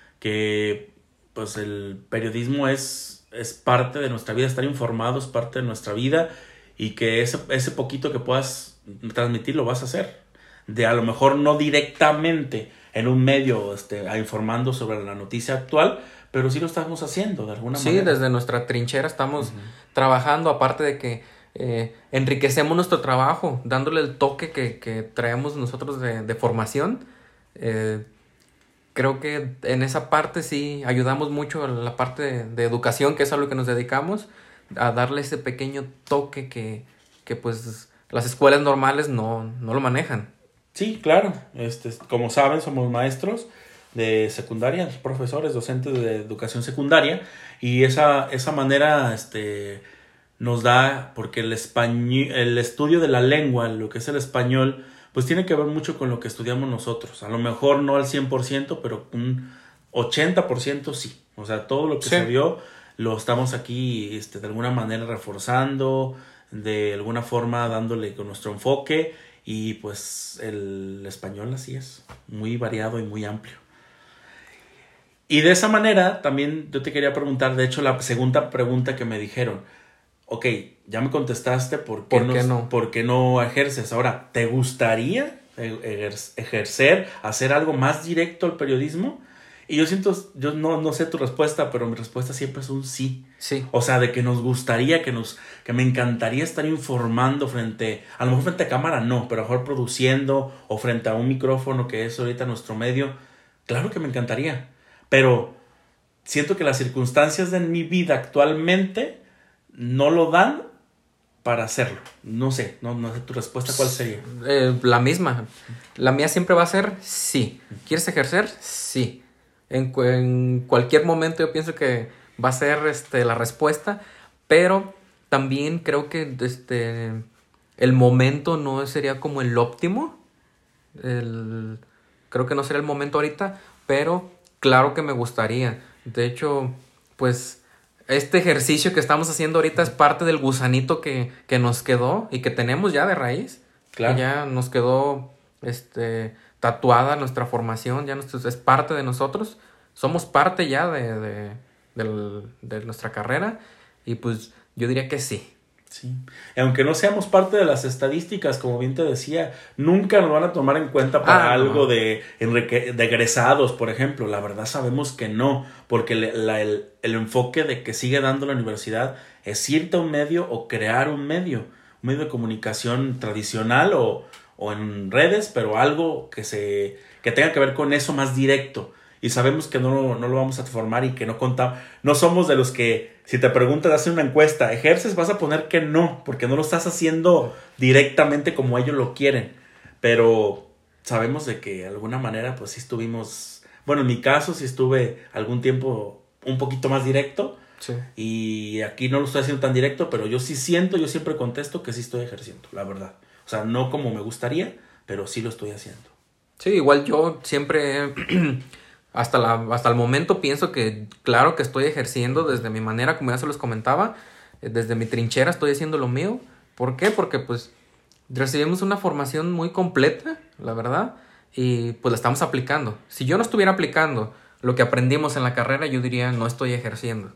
que pues el periodismo es, es parte de nuestra vida, estar informado es parte de nuestra vida y que ese, ese poquito que puedas transmitir lo vas a hacer. De a lo mejor no directamente en un medio este, informando sobre la noticia actual, pero sí lo estamos haciendo de alguna sí, manera. Sí, desde nuestra trinchera estamos uh-huh. trabajando, aparte de que Eh, enriquecemos nuestro trabajo dándole el toque que, que traemos nosotros de, de formación. Eh, creo que en esa parte sí ayudamos mucho a la parte de, de educación, que es a lo que nos dedicamos, a darle ese pequeño toque que, que pues las escuelas normales no, no lo manejan. Sí, claro. Este, como saben, somos maestros de secundaria, profesores, docentes de educación secundaria, y esa, esa manera este, nos da, porque el español, el estudio de la lengua, lo que es el español, pues tiene que ver mucho con lo que estudiamos nosotros. A lo mejor no al cien por ciento, pero un ochenta por ciento sí. O sea, todo lo que sí. se vio lo estamos aquí este, de alguna manera reforzando, de alguna forma dándole con nuestro enfoque, y pues el español así es, muy variado y muy amplio. Y de esa manera también yo te quería preguntar, de hecho la segunda pregunta que me dijeron, ok, ya me contestaste por qué, ¿Por qué no, no? por qué no ejerces. Ahora, ¿te gustaría ejercer, hacer algo más directo al periodismo? Y yo siento, yo no, no sé tu respuesta, pero mi respuesta siempre es un sí. Sí. O sea, de que nos gustaría, que nos, que me encantaría estar informando frente, a lo mejor frente a cámara no, pero a lo mejor produciendo o frente a un micrófono que es ahorita nuestro medio. Claro que me encantaría, pero siento que las circunstancias de mi vida actualmente no lo dan para hacerlo. No sé, no, no sé tu respuesta, ¿cuál sería? Eh, la misma. La mía siempre va a ser sí. ¿Quieres ejercer? Sí. En, en cualquier momento yo pienso que va a ser este, la respuesta, pero también creo que este, el momento no sería como el óptimo. El, creo que no sería el momento ahorita, pero claro que me gustaría. De hecho, pues este ejercicio que estamos haciendo ahorita es parte del gusanito que, que nos quedó y que tenemos ya de raíz. Claro. Que ya nos quedó este, tatuada nuestra formación, ya nos, es parte de nosotros. Somos parte ya de, de, del, de nuestra carrera y pues yo diría que sí. Sí, y aunque no seamos parte de las estadísticas, como bien te decía, nunca nos van a tomar en cuenta para Ah, algo no. de, enrique- de egresados, por ejemplo. La verdad sabemos que no, porque le- la- el, el enfoque de que sigue dando la universidad es irte a un medio o crear un medio, un medio de comunicación tradicional o, o en redes, pero algo que, se, que tenga que ver con eso más directo. Y sabemos que no, no lo vamos a formar y que no contamos. No somos de los que, si te preguntan, hacer una encuesta, ¿ejerces? Vas a poner que no, porque no lo estás haciendo directamente como ellos lo quieren. Pero sabemos de que de alguna manera, pues sí estuvimos. Bueno, en mi caso, sí estuve algún tiempo un poquito más directo. Sí. Y aquí no lo estoy haciendo tan directo, pero yo sí siento, yo siempre contesto que sí estoy ejerciendo, la verdad. O sea, no como me gustaría, pero sí lo estoy haciendo. Sí, igual yo siempre, hasta, la, hasta el momento pienso que claro que estoy ejerciendo desde mi manera, como ya se los comentaba, eh, desde mi trinchera estoy haciendo lo mío. ¿Por qué? Porque pues recibimos una formación muy completa, la verdad, y pues la estamos aplicando. Si yo no estuviera aplicando lo que aprendimos en la carrera, yo diría no estoy ejerciendo.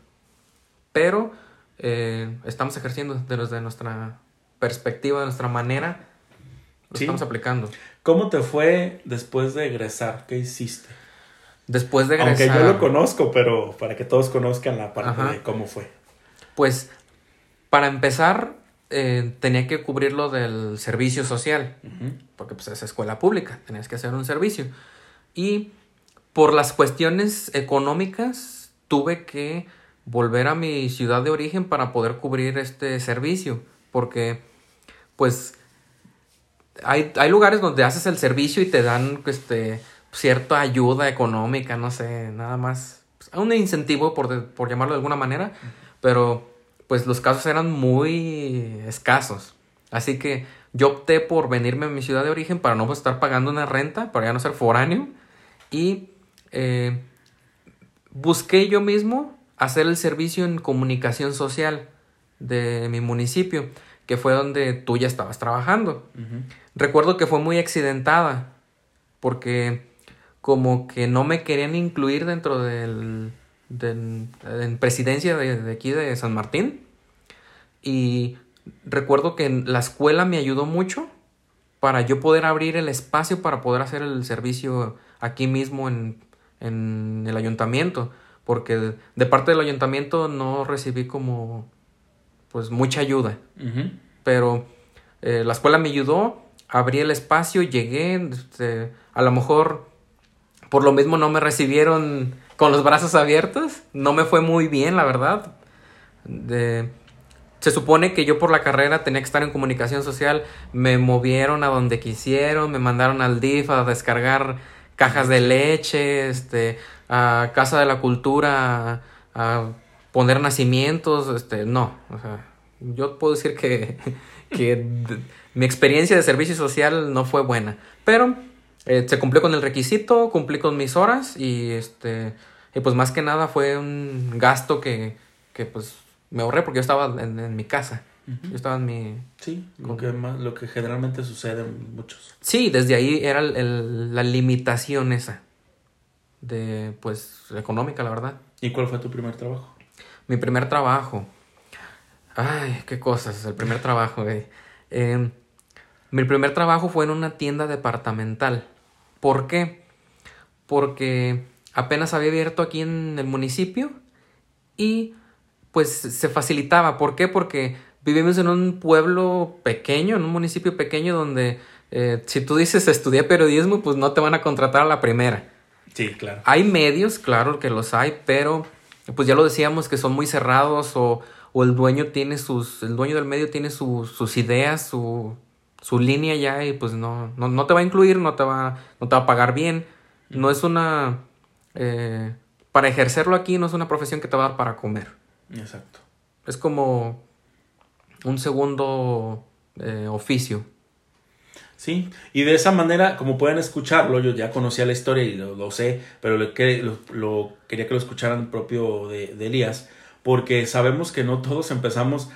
Pero eh, estamos ejerciendo desde nuestra perspectiva, de nuestra manera, lo Sí. estamos aplicando. ¿Cómo te fue después de egresar? ¿Qué hiciste? Después de egresar, Aunque yo lo conozco, pero para que todos conozcan la parte Ajá. de cómo fue. pues para empezar eh, tenía que cubrir lo del servicio social, Uh-huh. porque pues es escuela pública, tenías que hacer un servicio. Y por las cuestiones económicas tuve que volver a mi ciudad de origen para poder cubrir este servicio, porque pues hay, hay lugares donde haces el servicio y te dan este, cierta ayuda económica, no sé, nada más, pues, un incentivo por, de- por llamarlo de alguna manera, pero pues los casos eran muy escasos. Así que yo opté por venirme a mi ciudad de origen para no estar pagando una renta, para ya no ser foráneo, y eh, busqué yo mismo hacer el servicio en comunicación social de mi municipio, que fue donde tú ya estabas trabajando. Uh-huh. Recuerdo que fue muy accidentada, porque como que no me querían incluir dentro del, del en presidencia de, de aquí de San Martín. Y recuerdo que la escuela me ayudó mucho para yo poder abrir el espacio para poder hacer el servicio aquí mismo en, en el ayuntamiento. Porque de, de parte del ayuntamiento no recibí como pues mucha ayuda. Uh-huh. Pero eh, la escuela me ayudó, abrí el espacio, llegué, este, a lo mejor por lo mismo no me recibieron con los brazos abiertos, no me fue muy bien, la verdad. De, se supone que yo por la carrera tenía que estar en comunicación social, me movieron a donde quisieron, me mandaron al D I F a descargar cajas de leche, este, a Casa de la Cultura, a, a poner nacimientos, este, no, o sea, yo puedo decir que, que d- mi experiencia de servicio social no fue buena, pero eh, se cumplió con el requisito, cumplí con mis horas y este, y pues más que nada fue un gasto que, que pues me ahorré porque yo estaba en, en mi casa, Uh-huh. yo estaba en mi... Sí, lo que, más, lo que generalmente sucede en muchos. Sí, desde ahí era el, el- la limitación esa de, pues, económica, la verdad. ¿Y cuál fue tu primer trabajo? Mi primer trabajo. Ay, qué cosas, el primer trabajo, güey. Eh, mi primer trabajo fue en una tienda departamental. ¿Por qué? Porque apenas había abierto aquí en el municipio y pues se facilitaba. ¿Por qué? Porque vivimos en un pueblo pequeño, en un municipio pequeño donde eh, si tú dices estudié periodismo, pues no te van a contratar a la primera. Sí, claro. Hay medios, claro que los hay, pero pues ya lo decíamos que son muy cerrados o, o el dueño tiene sus, el dueño del medio tiene su, sus ideas, su, su línea ya y pues no, no, no te va a incluir, no te va, no te va a pagar bien. No es una, eh, para ejercerlo aquí no es una profesión que te va a dar para comer. Exacto. Es como un segundo eh, oficio. Sí, y de esa manera, como pueden escucharlo, yo ya conocía la historia y lo, lo sé, pero lo, que, lo, lo quería que lo escucharan propio de, de Elías, porque sabemos que no todos empezamos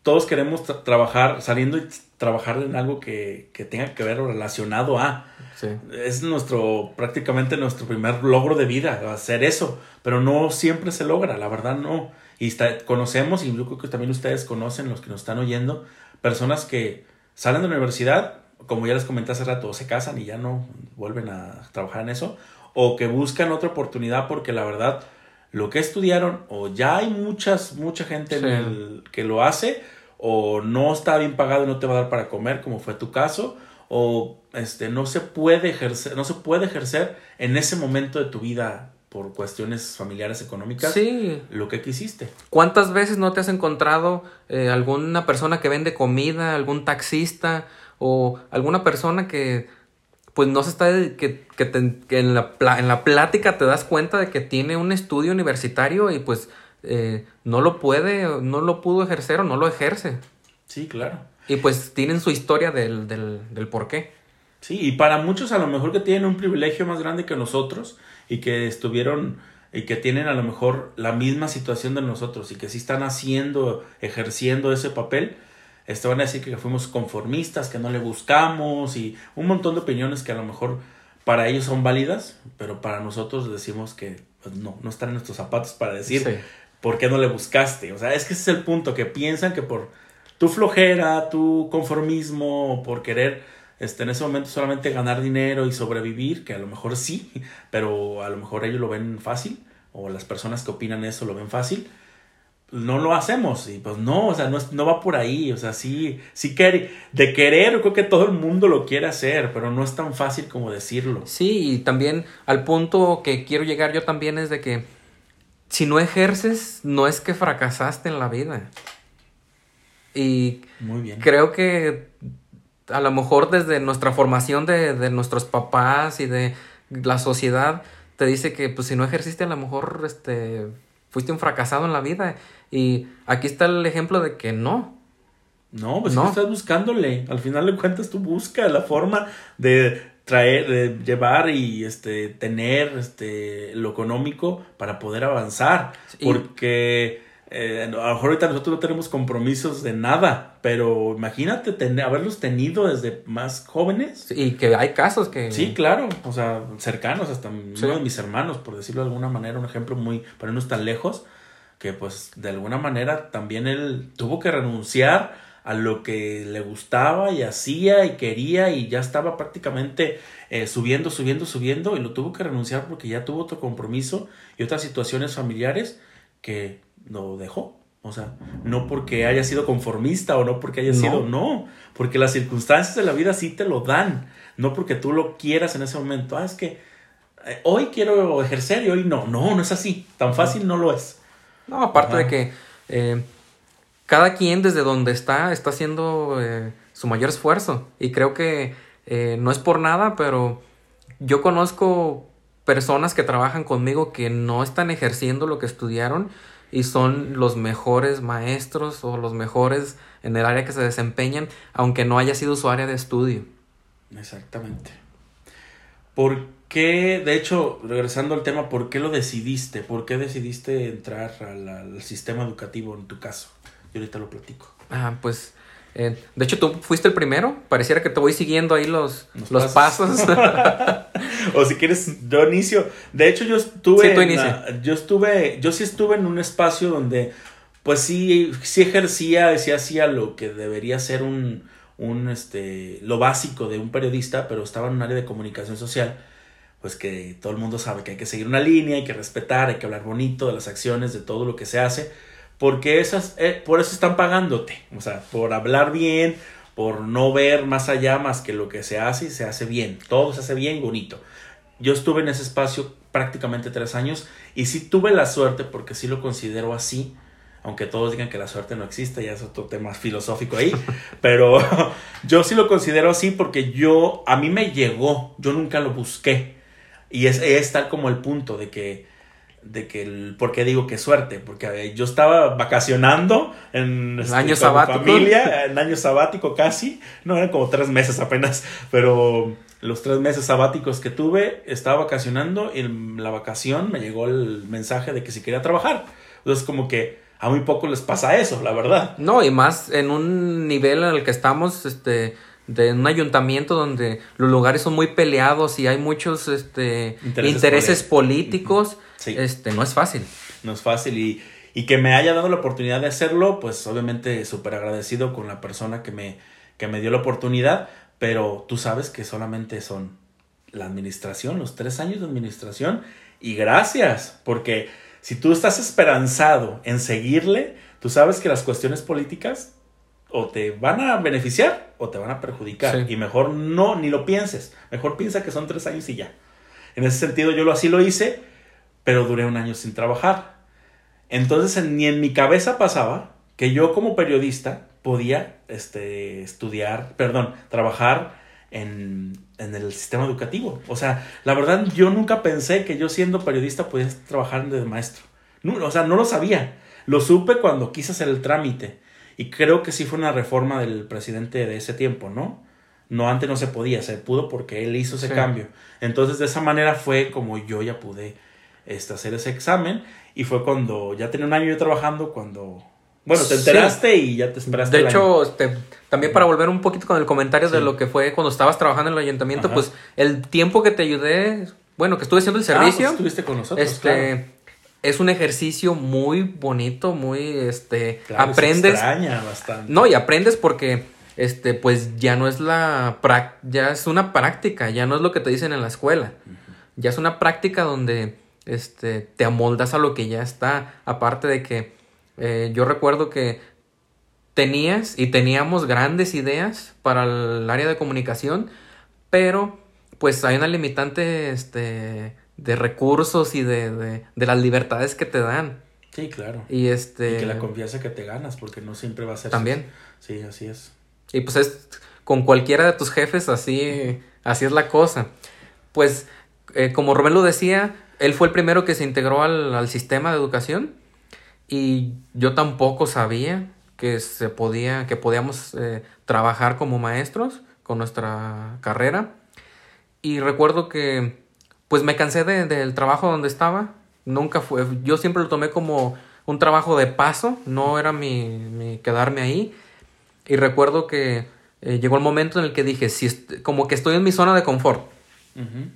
todos queremos tra- trabajar, saliendo y trabajar en algo que, que tenga que ver o relacionado a. Sí. Es nuestro, prácticamente nuestro primer logro de vida, hacer eso. Pero no siempre se logra, la verdad no. Y está, conocemos, y yo creo que también ustedes conocen, los que nos están oyendo, personas que salen de la universidad, como ya les comenté hace rato, se casan y ya no vuelven a trabajar en eso, o que buscan otra oportunidad porque la verdad, lo que estudiaron, o ya hay muchas, mucha gente Sí. en el, que lo hace, o no está bien pagado y no te va a dar para comer, como fue tu caso, o este no se puede ejercer, no se puede ejercer en ese momento de tu vida por cuestiones familiares, económicas, Sí. lo que quisiste. ¿Cuántas veces no te has encontrado eh, alguna persona que vende comida, algún taxista o alguna persona que pues no se está que, que, te- que en la pla- en la plática te das cuenta de que tiene un estudio universitario y pues eh, no lo puede, no lo pudo ejercer o no lo ejerce? Sí, claro. Y pues tienen su historia del, del, del por qué. Sí, y para muchos a lo mejor que tienen un privilegio más grande que nosotros y que estuvieron y que tienen a lo mejor la misma situación de nosotros y que sí están haciendo, ejerciendo ese papel, este, van a decir que fuimos conformistas, que no le buscamos y un montón de opiniones que a lo mejor para ellos son válidas, pero para nosotros decimos que pues, no, no están en nuestros zapatos para decir Sí. por qué no le buscaste. O sea, es que ese es el punto, que piensan que por tu flojera, tu conformismo, por querer este, en ese momento solamente ganar dinero y sobrevivir, que a lo mejor sí, pero a lo mejor ellos lo ven fácil, o las personas que opinan eso lo ven fácil, no lo hacemos, y pues no, o sea, no, es- no va por ahí, o sea, sí, sí quer- de querer, yo creo que todo el mundo lo quiere hacer, pero no es tan fácil como decirlo. Sí, y también al punto que quiero llegar yo también es de que si no ejerces, no es que fracasaste en la vida. Y Muy bien. creo que a lo mejor desde nuestra formación de, de nuestros papás y de la sociedad te dice que pues si no ejerciste a lo mejor este fuiste un fracasado en la vida. Y aquí está el ejemplo de que no. No, pues No. que estás buscándole. Al final de cuentas tú buscas la forma de traer, de llevar y este tener este lo económico para poder avanzar. Y- Porque eh, a lo mejor ahorita nosotros no tenemos compromisos de nada, pero imagínate tener, haberlos tenido desde más jóvenes. Y que hay casos que... Sí, claro, o sea, cercanos, hasta Sí. uno de mis hermanos, por decirlo de alguna manera, un ejemplo muy, para no tan lejos, que pues de alguna manera también él tuvo que renunciar a lo que le gustaba y hacía y quería y ya estaba prácticamente eh, subiendo, subiendo, subiendo y lo tuvo que renunciar porque ya tuvo otro compromiso y otras situaciones familiares que lo dejó. O sea, no porque haya sido conformista o no porque haya No. sido, no, porque las circunstancias de la vida sí te lo dan, no porque tú lo quieras en ese momento. Ah, es que eh, hoy quiero ejercer y hoy no. No, no es así, tan fácil no lo es. No, aparte Ajá. de que eh, cada quien desde donde está está haciendo eh, su mayor esfuerzo. Y creo que eh, no es por nada, pero yo conozco personas que trabajan conmigo que no están ejerciendo lo que estudiaron y son los mejores maestros o los mejores en el área que se desempeñan, aunque no haya sido su área de estudio. Exactamente. ¿Por qué, de hecho, regresando al tema, por qué lo decidiste? ¿Por qué decidiste entrar al, al sistema educativo en tu caso? Yo ahorita lo platico. Ah, pues, eh, de hecho tú fuiste el primero. Pareciera que te voy siguiendo ahí los, Los los pasos. O si quieres, yo inicio. De hecho, yo estuve. Sí, tú en inicia. la- yo estuve. Yo sí estuve en un espacio donde, pues sí, sí ejercía, sí hacía lo que debería ser un, un este, lo básico de un periodista, pero estaba en un área de comunicación social. Pues que todo el mundo sabe que hay que seguir una línea, hay que respetar, hay que hablar bonito de las acciones, de todo lo que se hace, porque esas, eh, por eso están pagándote, o sea, por hablar bien, por no ver más allá más que lo que se hace y se hace bien, todo se hace bien, bonito. Yo estuve en ese espacio prácticamente tres años y sí tuve la suerte, porque sí lo considero así, aunque todos digan que la suerte no existe, ya es otro tema filosófico ahí, pero yo sí lo considero así porque yo, a mí me llegó, yo nunca lo busqué. Y es, es tal como el punto de que, de que el, ¿por qué digo que suerte? Porque eh, yo estaba vacacionando en este, Año con sabático. familia, en año sabático casi, no, eran como tres meses apenas, pero los tres meses sabáticos que tuve, estaba vacacionando y en la vacación me llegó el mensaje de que si quería trabajar. Entonces como que A muy pocos les pasa eso, la verdad. No, y más en un nivel en el que estamos, este, de un ayuntamiento donde los lugares son muy peleados y hay muchos, este, intereses, intereses políticos, uh-huh. sí. este, no es fácil. No es fácil y, y que me haya dado la oportunidad de hacerlo, pues obviamente súper agradecido con la persona que me, que me dio la oportunidad, pero tú sabes que solamente son la administración, los tres años de administración, y gracias, porque si tú estás esperanzado en seguirle, tú sabes que las cuestiones políticas o te van a beneficiar o te van a perjudicar, sí. y mejor no, ni lo pienses, mejor piensa que son tres años y ya. En ese sentido yo lo, así lo hice, pero duré un año sin trabajar. Entonces en, ni en mi cabeza pasaba que yo como periodista podía este, estudiar, perdón, trabajar en, en el sistema educativo. O sea, la verdad yo nunca pensé que yo siendo periodista podía trabajar de maestro. No, o sea, no lo sabía. Lo supe cuando quise hacer el trámite. Y creo que sí fue una reforma del presidente de ese tiempo, ¿no? No, antes no se podía, se pudo porque él hizo ese sí. cambio. Entonces de esa manera fue como yo ya pude este, hacer ese examen. Y fue cuando ya tenía un año yo trabajando, cuando... Bueno, te enteraste sí. y ya te esperaste. De hecho, este, también para volver un poquito con el comentario sí. de lo que fue cuando estabas trabajando en el ayuntamiento, Ajá. pues el tiempo que te ayudé, bueno, que estuve haciendo el servicio. Ah, pues estuviste con nosotros, este, claro. Es un ejercicio muy bonito, muy, este, claro, aprendes. Se extraña bastante. No, y aprendes porque, este, pues ya no es la, ya es una práctica, ya no es lo que te dicen en la escuela. Uh-huh. Ya es una práctica donde, este, te amoldas a lo que ya está. Aparte de que, eh, yo recuerdo que tenías y teníamos grandes ideas para el área de comunicación, pero, pues hay una limitante, este... de recursos y de, de, de las libertades que te dan. Sí, claro. Y este... Y que la confianza que te ganas, porque no siempre va a ser... También. Sí, así es. Y pues es con cualquiera de tus jefes, así, así es la cosa. Pues, eh, como Rubén lo decía, él fue el primero que se integró al, al sistema de educación. Y yo tampoco sabía que se podía, que podíamos eh, trabajar como maestros con nuestra carrera. Y recuerdo que pues me cansé de, del trabajo donde estaba. Nunca fue, yo siempre lo tomé como un trabajo de paso, no era mi, mi quedarme ahí. Y recuerdo que eh, llegó el momento en el que dije, si est- como que estoy en mi zona de confort. Uh-huh.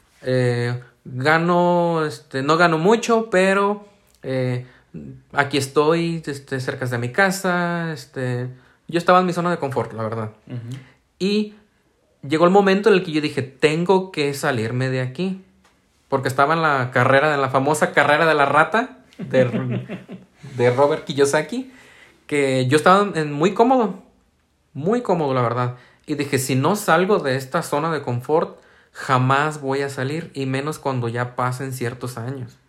Eh, gano, este, no gano mucho, pero eh, aquí estoy, este, cerca de mi casa. Este, yo estaba en mi zona de confort, la verdad. Uh-huh. Y llegó el momento en el que yo dije, tengo que salirme de aquí. Porque estaba en la carrera, en la famosa carrera de la rata de, de Robert Kiyosaki. Que yo estaba en, muy cómodo. Muy cómodo, la verdad. Y dije, si no salgo de esta zona de confort, jamás voy a salir. Y menos cuando ya pasen ciertos años.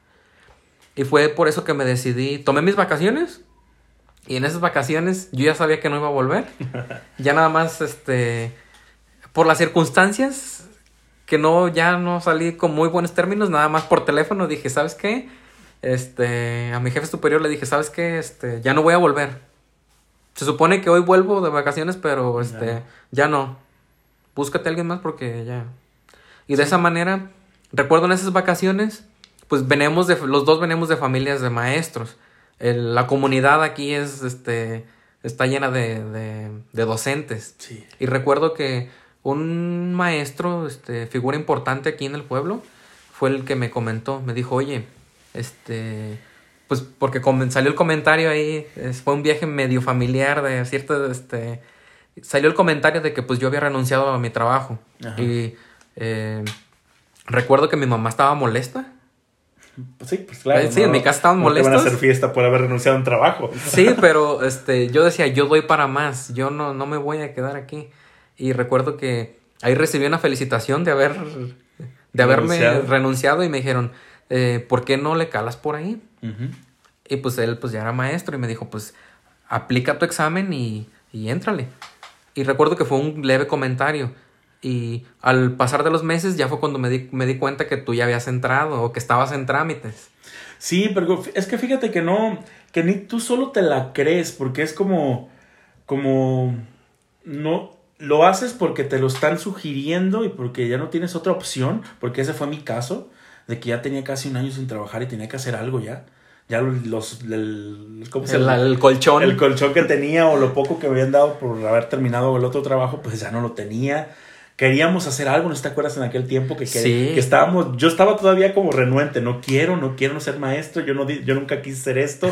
Y fue por eso que me decidí. Tomé mis vacaciones. Y en esas vacaciones yo ya sabía que no iba a volver. Ya nada más, este... por las circunstancias, que no, ya no salí con muy buenos términos, nada más por teléfono dije, ¿sabes qué? Este, a mi jefe superior le dije, ¿sabes qué? Este, ya no voy a volver. Se supone que hoy vuelvo de vacaciones, pero este, ya, ya no. Búscate a alguien más porque ya. Y de sí. esa manera, recuerdo en esas vacaciones, pues venimos de, los dos venimos de familias de maestros. El, la comunidad aquí es, este, está llena de, de, de docentes. Sí. Y recuerdo que un maestro, este, figura importante aquí en el pueblo, fue el que me comentó, me dijo, oye, este, pues porque com- salió el comentario ahí, es, fue un viaje medio familiar de cierto, este, salió el comentario de que pues yo había renunciado a mi trabajo. Ajá. Y eh, recuerdo que mi mamá estaba molesta. Pues sí, pues claro. Sí, no, en mi casa estaban no molestos. Te van a hacer fiesta por haber renunciado a un trabajo. Sí, pero este, yo decía, yo doy para más, yo no, no me voy a quedar aquí. Y recuerdo que ahí recibí una felicitación de haber, de haberme renunciado, renunciado y me dijeron, eh, ¿por qué no le calas por ahí? Uh-huh. Y pues él pues ya era maestro y me dijo, pues aplica tu examen y, y éntrale. Y recuerdo que fue un leve comentario. Y al pasar de los meses ya fue cuando me di, me di cuenta que tú ya habías entrado o que estabas en trámites. Sí, pero es que fíjate que no, que ni tú solo te la crees, porque es como, como, no, lo haces porque te lo están sugiriendo y porque ya no tienes otra opción, porque ese fue mi caso, de que ya tenía casi un año sin trabajar y tenía que hacer algo ya. ya los, el, ¿cómo se el, llama? el colchón. El colchón que tenía o lo poco que me habían dado por haber terminado el otro trabajo, pues ya no lo tenía. Queríamos hacer algo, ¿no te acuerdas en aquel tiempo que, que, sí. que estábamos, yo estaba todavía como renuente, no quiero, no quiero no ser maestro, yo, no, yo nunca quise ser esto,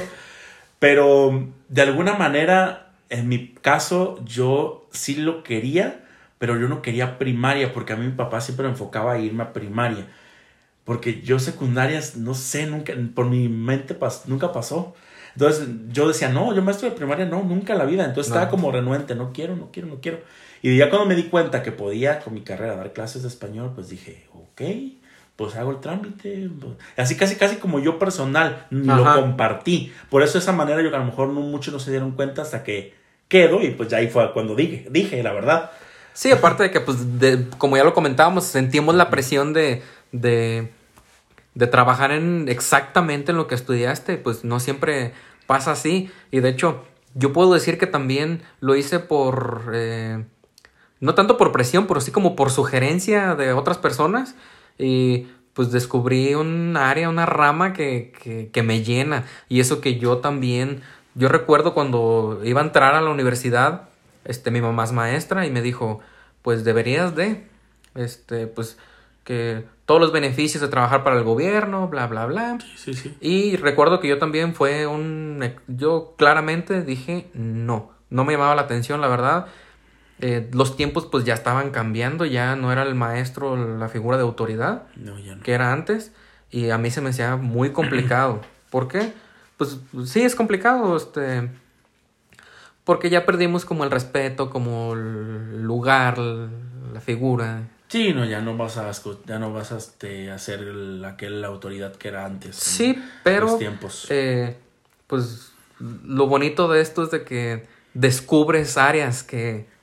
pero de alguna manera, en mi caso, yo sí lo quería, pero yo no quería primaria, porque a mí mi papá siempre me enfocaba a irme a primaria, porque yo secundarias, no sé, nunca, por mi mente pas, nunca pasó. Entonces yo decía, no, yo maestro de primaria, no, nunca en la vida. Entonces no. Estaba como renuente, no quiero, no quiero, no quiero. Y ya cuando me di cuenta que podía con mi carrera dar clases de español, pues dije, ok, pues hago el trámite. Así casi, casi como yo personal, Ajá. lo compartí. Por eso de esa manera yo que a lo mejor no, muchos no se dieron cuenta hasta que quedo y pues ya ahí fue cuando dije, dije la verdad. Sí, aparte de que pues de, como ya lo comentábamos, sentimos la presión de, de, de trabajar en exactamente en lo que estudiaste, pues no siempre pasa así. Y de hecho, yo puedo decir que también lo hice por... Eh, no tanto por presión, pero sí como por sugerencia de otras personas. Y pues descubrí un área, una rama que, que, que me llena. Y eso que yo también... Yo recuerdo cuando iba a entrar a la universidad, este, mi mamá es maestra y me dijo, pues deberías de, este, pues que todos los beneficios de trabajar para el gobierno, bla, bla, bla. Sí, sí, sí. Y recuerdo que yo también fue un... Yo claramente dije no, no me llamaba la atención, la verdad. Eh, los tiempos pues ya estaban cambiando, ya no era el maestro la figura de autoridad no, ya no. que era antes, y a mí se me hacía muy complicado. ¿Por qué? Pues sí es complicado, este, porque ya perdimos como el respeto, como el lugar, la figura. Sí, no, ya no vas a, ya no vas a este, hacer el, aquel la autoridad que era antes. Sí, en, pero en los tiempos. Eh, pues lo bonito de esto es de que descubres áreas que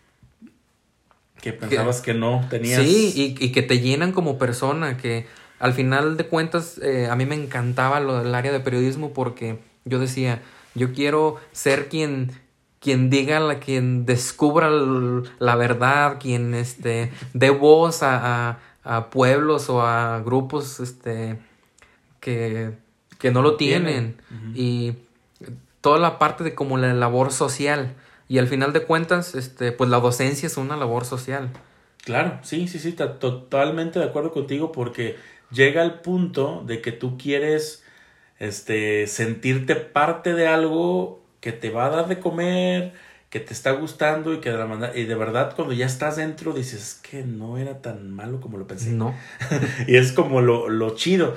Que pensabas que, que no tenías. Sí, y, y que te llenan como persona, que al final de cuentas eh, a mí me encantaba lo del área de periodismo porque yo decía, yo quiero ser quien, quien diga, la, quien descubra la verdad, quien este, dé voz a, a, a pueblos o a grupos este, que, que no lo tienen. Uh-huh. Y toda la parte de como la labor social. Y al final de cuentas, este, pues la docencia es una labor social. Claro, sí, sí, sí, está totalmente de acuerdo contigo porque llega el punto de que tú quieres este, sentirte parte de algo que te va a dar de comer, que te está gustando y que de la manera, y de verdad cuando ya estás dentro dices que no era tan malo como lo pensé. No. Y es como lo, lo chido.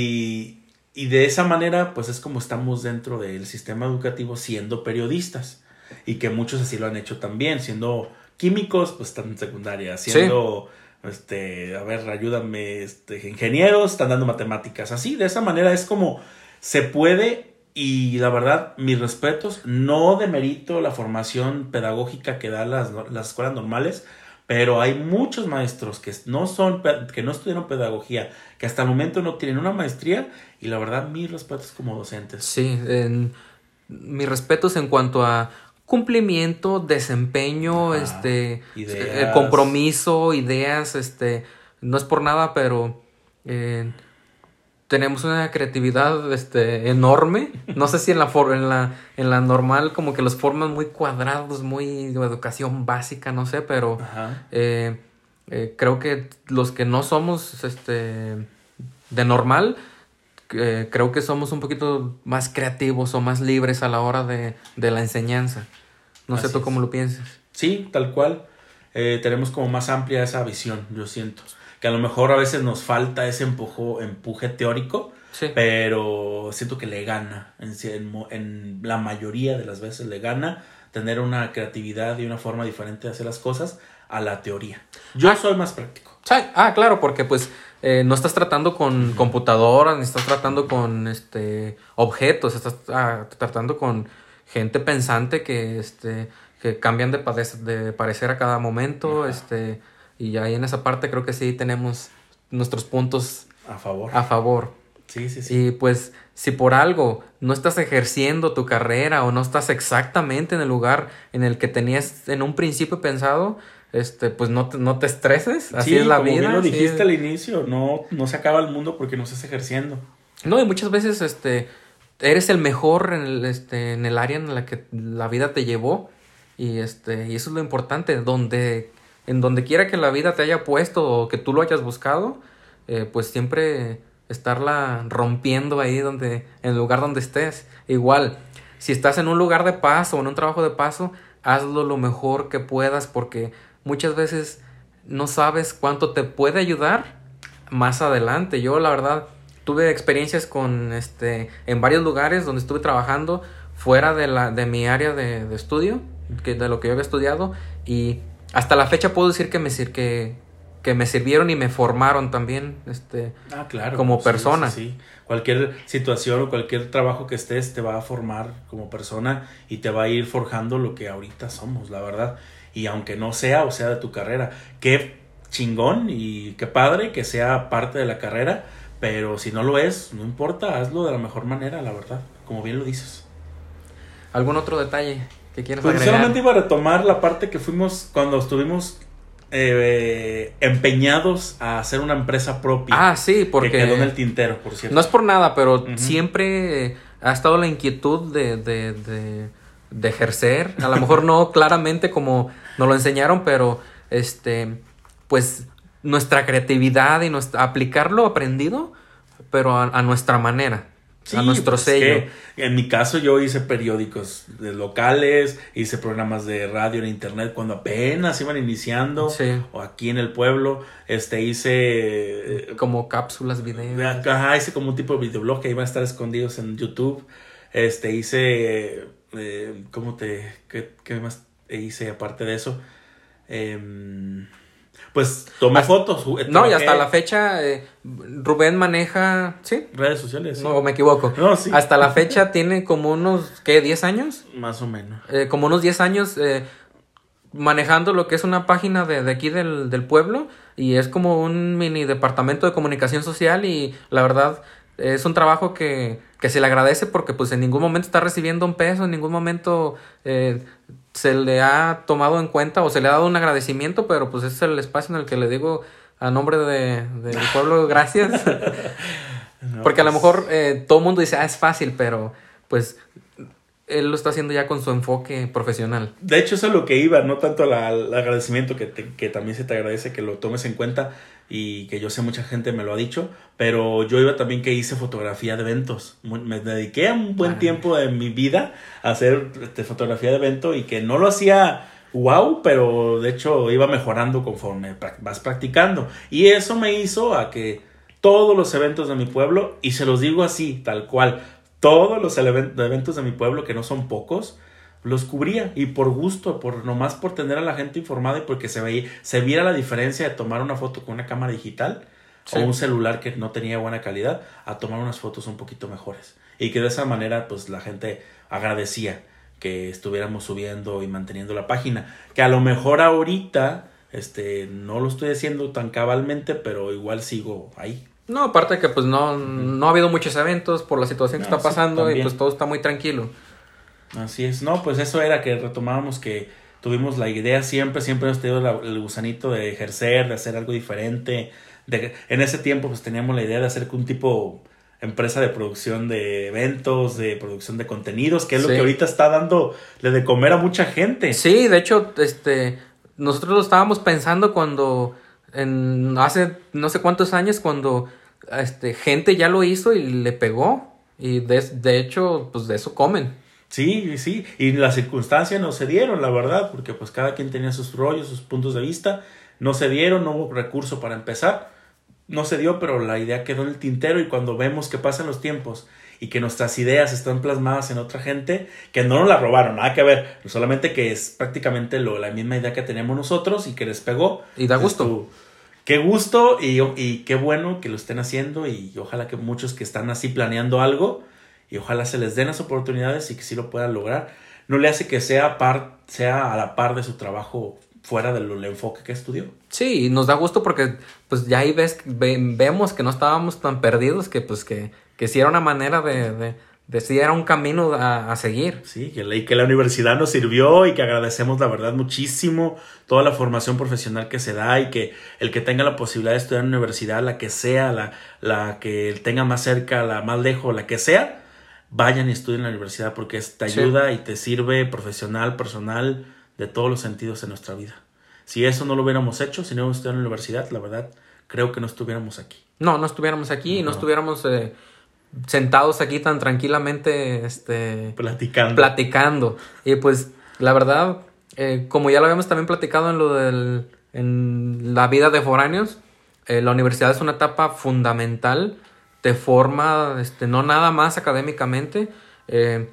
Y, y de esa manera, pues es como estamos dentro del sistema educativo siendo periodistas. Y que muchos así lo han hecho también, siendo químicos, pues están en secundaria, siendo, sí. este, a ver, ayúdame, este, ingenieros, están dando matemáticas, así, de esa manera es como se puede, y la verdad, mis respetos, no demerito la formación pedagógica que dan las, las escuelas normales, pero hay muchos maestros que no son, que no estudiaron pedagogía, que hasta el momento no tienen una maestría, y la verdad, mis respetos como docentes. Sí, en, mis respetos en cuanto a cumplimiento, desempeño, Ajá, este, eh, compromiso, ideas, este, no es por nada, pero eh, tenemos una creatividad, este, enorme. No sé si en la for- en la en la normal como que los forman muy cuadrados, muy de educación básica, no sé, pero eh, eh, creo que los que no somos, este, de normal. Eh, creo que somos un poquito más creativos o más libres a la hora de, de la enseñanza. No Así sé tú es. Cómo lo piensas. Sí, tal cual. Eh, tenemos como más amplia esa visión, yo siento. Que a lo mejor a veces nos falta ese empujo, empuje teórico, sí. Pero siento que le gana. En, en, en la mayoría de las veces le gana tener una creatividad y una forma diferente de hacer las cosas a la teoría. Yo ah, soy más práctico. Sí. Ah, claro, porque pues... Eh, no estás tratando con computadoras, ni estás tratando con este objetos, estás ah, tratando con gente pensante que este que cambian de, pade- de parecer a cada momento, Ajá. este y ahí en esa parte creo que sí tenemos nuestros puntos a favor. A favor. Sí, sí, sí. Y pues si por algo no estás ejerciendo tu carrera o no estás exactamente en el lugar en el que tenías en un principio pensado, este, pues no te, no te estreses, así sí, es la como vida. Bien lo dijiste sí. al inicio, no, no se acaba el mundo porque no estás ejerciendo. No, y muchas veces este eres el mejor en el, este, en el área en la que la vida te llevó. Y, este, y eso es lo importante, donde, en donde quiera que la vida te haya puesto o que tú lo hayas buscado, eh, pues siempre estarla rompiendo ahí donde, en el lugar donde estés. Igual, si estás en un lugar de paso o en un trabajo de paso, hazlo lo mejor que puedas, porque muchas veces no sabes cuánto te puede ayudar más adelante. Yo, la verdad, tuve experiencias con este en varios lugares donde estuve trabajando fuera de la de mi área de, de estudio, que de lo que yo había estudiado, y hasta la fecha puedo decir que me sir que, que me sirvieron y me formaron también este ah, claro, como sí, persona. Sí, sí. Cualquier situación o cualquier trabajo que estés te va a formar como persona y te va a ir forjando lo que ahorita somos, la verdad. Y aunque no sea o sea de tu carrera, qué chingón y qué padre que sea parte de la carrera, pero si no lo es, no importa, hazlo de la mejor manera, la verdad, como bien lo dices. ¿Algún otro detalle que quieras Pues agregar? solamente iba a retomar la parte que fuimos cuando estuvimos eh, empeñados a hacer una empresa propia. Ah, sí, porque que quedó en el tintero, por cierto. No es por nada, pero uh-huh. siempre ha estado la inquietud de, de, de, de ejercer. A lo mejor no claramente como nos lo enseñaron, pero este, pues nuestra creatividad y nuestra, aplicar lo aprendido, pero a, a nuestra manera. Sí, a nuestro pues sello. En mi caso yo hice periódicos de locales, hice programas de radio en internet cuando apenas iban iniciando, sí. o aquí en el pueblo, este hice como cápsulas, videos. Ajá, hice como un tipo de videoblog que iban a estar escondidos en YouTube. Este hice eh, ¿cómo te qué, qué más hice aparte de eso? Eh, Pues tomé hasta, fotos. No, y hasta la fecha eh, Rubén maneja, ¿sí? Redes sociales. Sí. No, me equivoco. No, sí. Hasta la fecha tiene como unos, ¿qué? ¿diez años? Más o menos. Eh, como unos diez años eh, manejando lo que es una página de, de aquí del, del pueblo. Y es como un mini departamento de comunicación social. Y la verdad es un trabajo que, que se le agradece porque pues en ningún momento está recibiendo un peso, en ningún momento eh, se le ha tomado en cuenta o se le ha dado un agradecimiento, pero pues es el espacio en el que le digo a nombre de, de del pueblo gracias. No, porque pues... a lo mejor eh, todo el mundo dice, ah, es fácil, pero pues él lo está haciendo ya con su enfoque profesional. De hecho, eso es lo que iba, no tanto al agradecimiento, que, te, que también se te agradece que lo tomes en cuenta y que yo sé mucha gente me lo ha dicho, pero yo iba también que hice fotografía de eventos. Me dediqué a un buen ah. tiempo de mi vida a hacer este, fotografía de evento y que no lo hacía wow, pero de hecho iba mejorando conforme vas practicando. Y eso me hizo a que todos los eventos de mi pueblo, y se los digo así, tal cual, todos los eventos de mi pueblo, que no son pocos, los cubría, y por gusto, por nomás por tener a la gente informada y porque se veía, se viera la diferencia de tomar una foto con una cámara digital sí. o un celular que no tenía buena calidad a tomar unas fotos un poquito mejores, y que de esa manera pues la gente agradecía que estuviéramos subiendo y manteniendo la página, que a lo mejor ahorita este no lo estoy haciendo tan cabalmente, pero igual sigo ahí. No, aparte que pues no, uh-huh. no ha habido muchos eventos por la situación que no, está pasando sí, y pues todo está muy tranquilo. Así es, no, pues eso era que retomábamos, que tuvimos la idea siempre, siempre hemos tenido la, el gusanito de ejercer, de hacer algo diferente. De, en ese tiempo pues teníamos la idea de hacer un tipo empresa de producción de eventos, de producción de contenidos, que es sí. lo que ahorita está dando de comer a mucha gente. Sí, de hecho, este, nosotros lo estábamos pensando cuando, en hace no sé cuántos años, cuando este, gente ya lo hizo y le pegó. Y de, de hecho, pues de eso comen. Sí, sí, y las circunstancias no se dieron, la verdad, porque pues cada quien tenía sus rollos, sus puntos de vista, no se dieron, no hubo recurso para empezar, no se dio, pero la idea quedó en el tintero, y cuando vemos que pasan los tiempos y que nuestras ideas están plasmadas en otra gente, que no nos la robaron, nada que ver, solamente que es prácticamente lo, la misma idea que tenemos nosotros y que les pegó. Y da gusto. Tú, qué gusto y, y qué bueno que lo estén haciendo, y ojalá que muchos que están así planeando algo, y ojalá se les den las oportunidades y que sí lo puedan lograr. No le hace que sea, par, sea a la par de su trabajo fuera del enfoque que estudió. Sí, y nos da gusto porque pues ya ahí ves, ve, vemos que no estábamos tan perdidos, que pues que, que sí era una manera de, de, de sí era un camino a, a seguir. Sí, que la, que la universidad nos sirvió, y que agradecemos la verdad muchísimo toda la formación profesional que se da, y que el que tenga la posibilidad de estudiar en la universidad, la que sea, la, la que tenga más cerca, la más lejos, la que sea, vayan y estudien en la universidad porque es, te ayuda sí. y te sirve profesional, personal, de todos los sentidos en nuestra vida. Si eso no lo hubiéramos hecho, si no hubiéramos estudiado en la universidad, la verdad, creo que no estuviéramos aquí. No, no estuviéramos aquí y no. no estuviéramos eh, sentados aquí tan tranquilamente este, platicando. platicando. Y pues, la verdad, eh, como ya lo habíamos también platicado en lo del en la vida de foráneos, eh, la universidad es una etapa fundamental, te forma este, no nada más académicamente. Eh,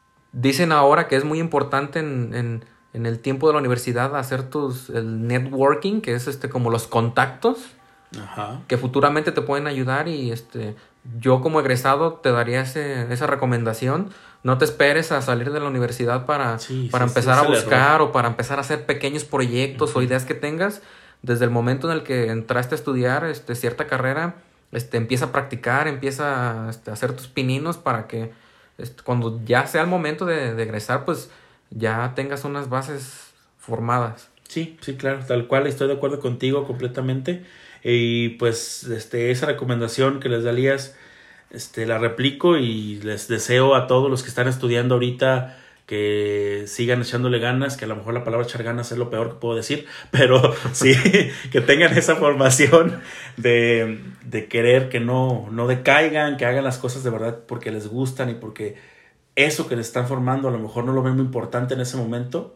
dicen ahora que es muy importante en, en, en el tiempo de la universidad hacer tus el networking, que es este como los contactos. Ajá. Que futuramente te pueden ayudar y este yo como egresado te daría ese, esa recomendación. No te esperes a salir de la universidad para, sí, para sí, empezar sí, a buscar o para empezar a hacer pequeños proyectos uh-huh. o ideas que tengas. Desde el momento en el que entraste a estudiar este, cierta carrera, este, empieza a practicar, empieza a este, hacer tus pininos para que este, cuando ya sea el momento de, de egresar, pues ya tengas unas bases formadas. Sí, sí, claro, tal cual, estoy de acuerdo contigo completamente. Y pues este, esa recomendación que les darías, este, la replico y les deseo a todos los que están estudiando ahorita que sigan echándole ganas, que a lo mejor la palabra echar ganas es lo peor que puedo decir, pero sí, que tengan esa formación de, de querer que no, no decaigan, que hagan las cosas de verdad porque les gustan y porque eso que les están formando a lo mejor no lo ven muy importante en ese momento,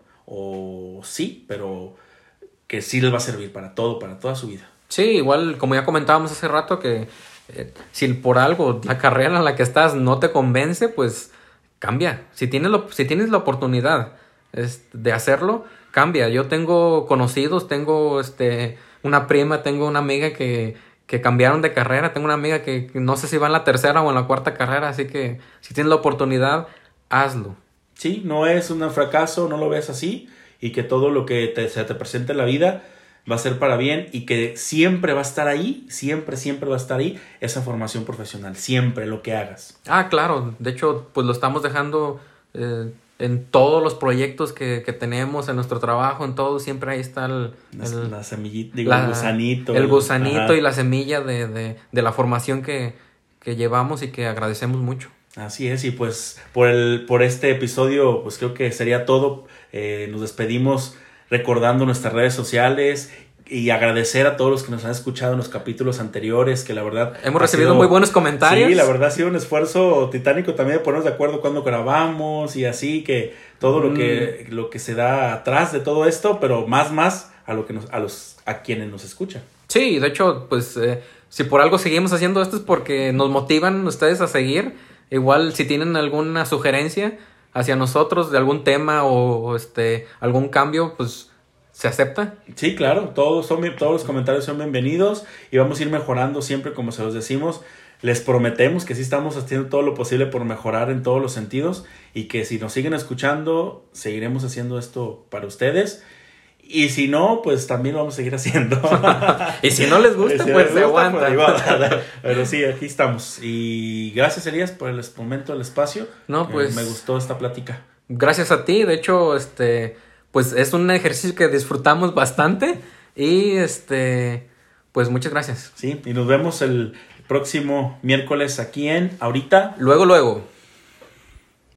o sí, pero que sí les va a servir para todo, para toda su vida. Sí, igual como ya comentábamos hace rato que eh, si por algo la carrera en la que estás no te convence, pues cambia. Si tienes, lo, si tienes la oportunidad es, de hacerlo, cambia. Yo tengo conocidos, tengo este una prima, tengo una amiga que, que cambiaron de carrera, tengo una amiga que no sé si va en la tercera o en la cuarta carrera, así que si tienes la oportunidad, hazlo. Sí, no es un fracaso, no lo ves así, y que todo lo que te, se te presente en la vida va a ser para bien y que siempre va a estar ahí, siempre, siempre va a estar ahí esa formación profesional, siempre lo que hagas. Ah, claro, de hecho, pues lo estamos dejando eh, en todos los proyectos que, que tenemos, en nuestro trabajo, en todo, siempre ahí está el... el la semillita, digo, la, el gusanito. El gusanito ajá. y la semilla de, de, de la formación que, que llevamos y que agradecemos mucho. Así es, y pues por, el, por este episodio, pues creo que sería todo. Eh, nos despedimos recordando nuestras redes sociales y agradecer a todos los que nos han escuchado en los capítulos anteriores, que la verdad... Hemos recibido sido, muy buenos comentarios. Sí, la verdad ha sido un esfuerzo titánico también de ponernos de acuerdo cuando grabamos y así, que todo mm. lo que lo que se da atrás de todo esto, pero más, más a, lo que nos, a, los, a quienes nos escuchan. Sí, de hecho, pues eh, si por algo seguimos haciendo esto es porque nos motivan ustedes a seguir. Igual si tienen alguna sugerencia hacia nosotros de algún tema o, o este algún cambio, pues se acepta. Sí, claro, todos son todos los comentarios son bienvenidos y vamos a ir mejorando siempre, como se los decimos. Les prometemos que sí estamos haciendo todo lo posible por mejorar en todos los sentidos y que si nos siguen escuchando, seguiremos haciendo esto para ustedes. Y si no, pues también lo vamos a seguir haciendo. Y si no les gusta, si pues se aguanta. Pues, pero sí, aquí estamos. Y gracias, Elías, por el momento, el espacio. No, pues... Eh, me gustó esta plática. Gracias a ti. De hecho, este... pues es un ejercicio que disfrutamos bastante. Y, este... pues muchas gracias. Sí, y nos vemos el próximo miércoles aquí en Ahorita. Luego, luego.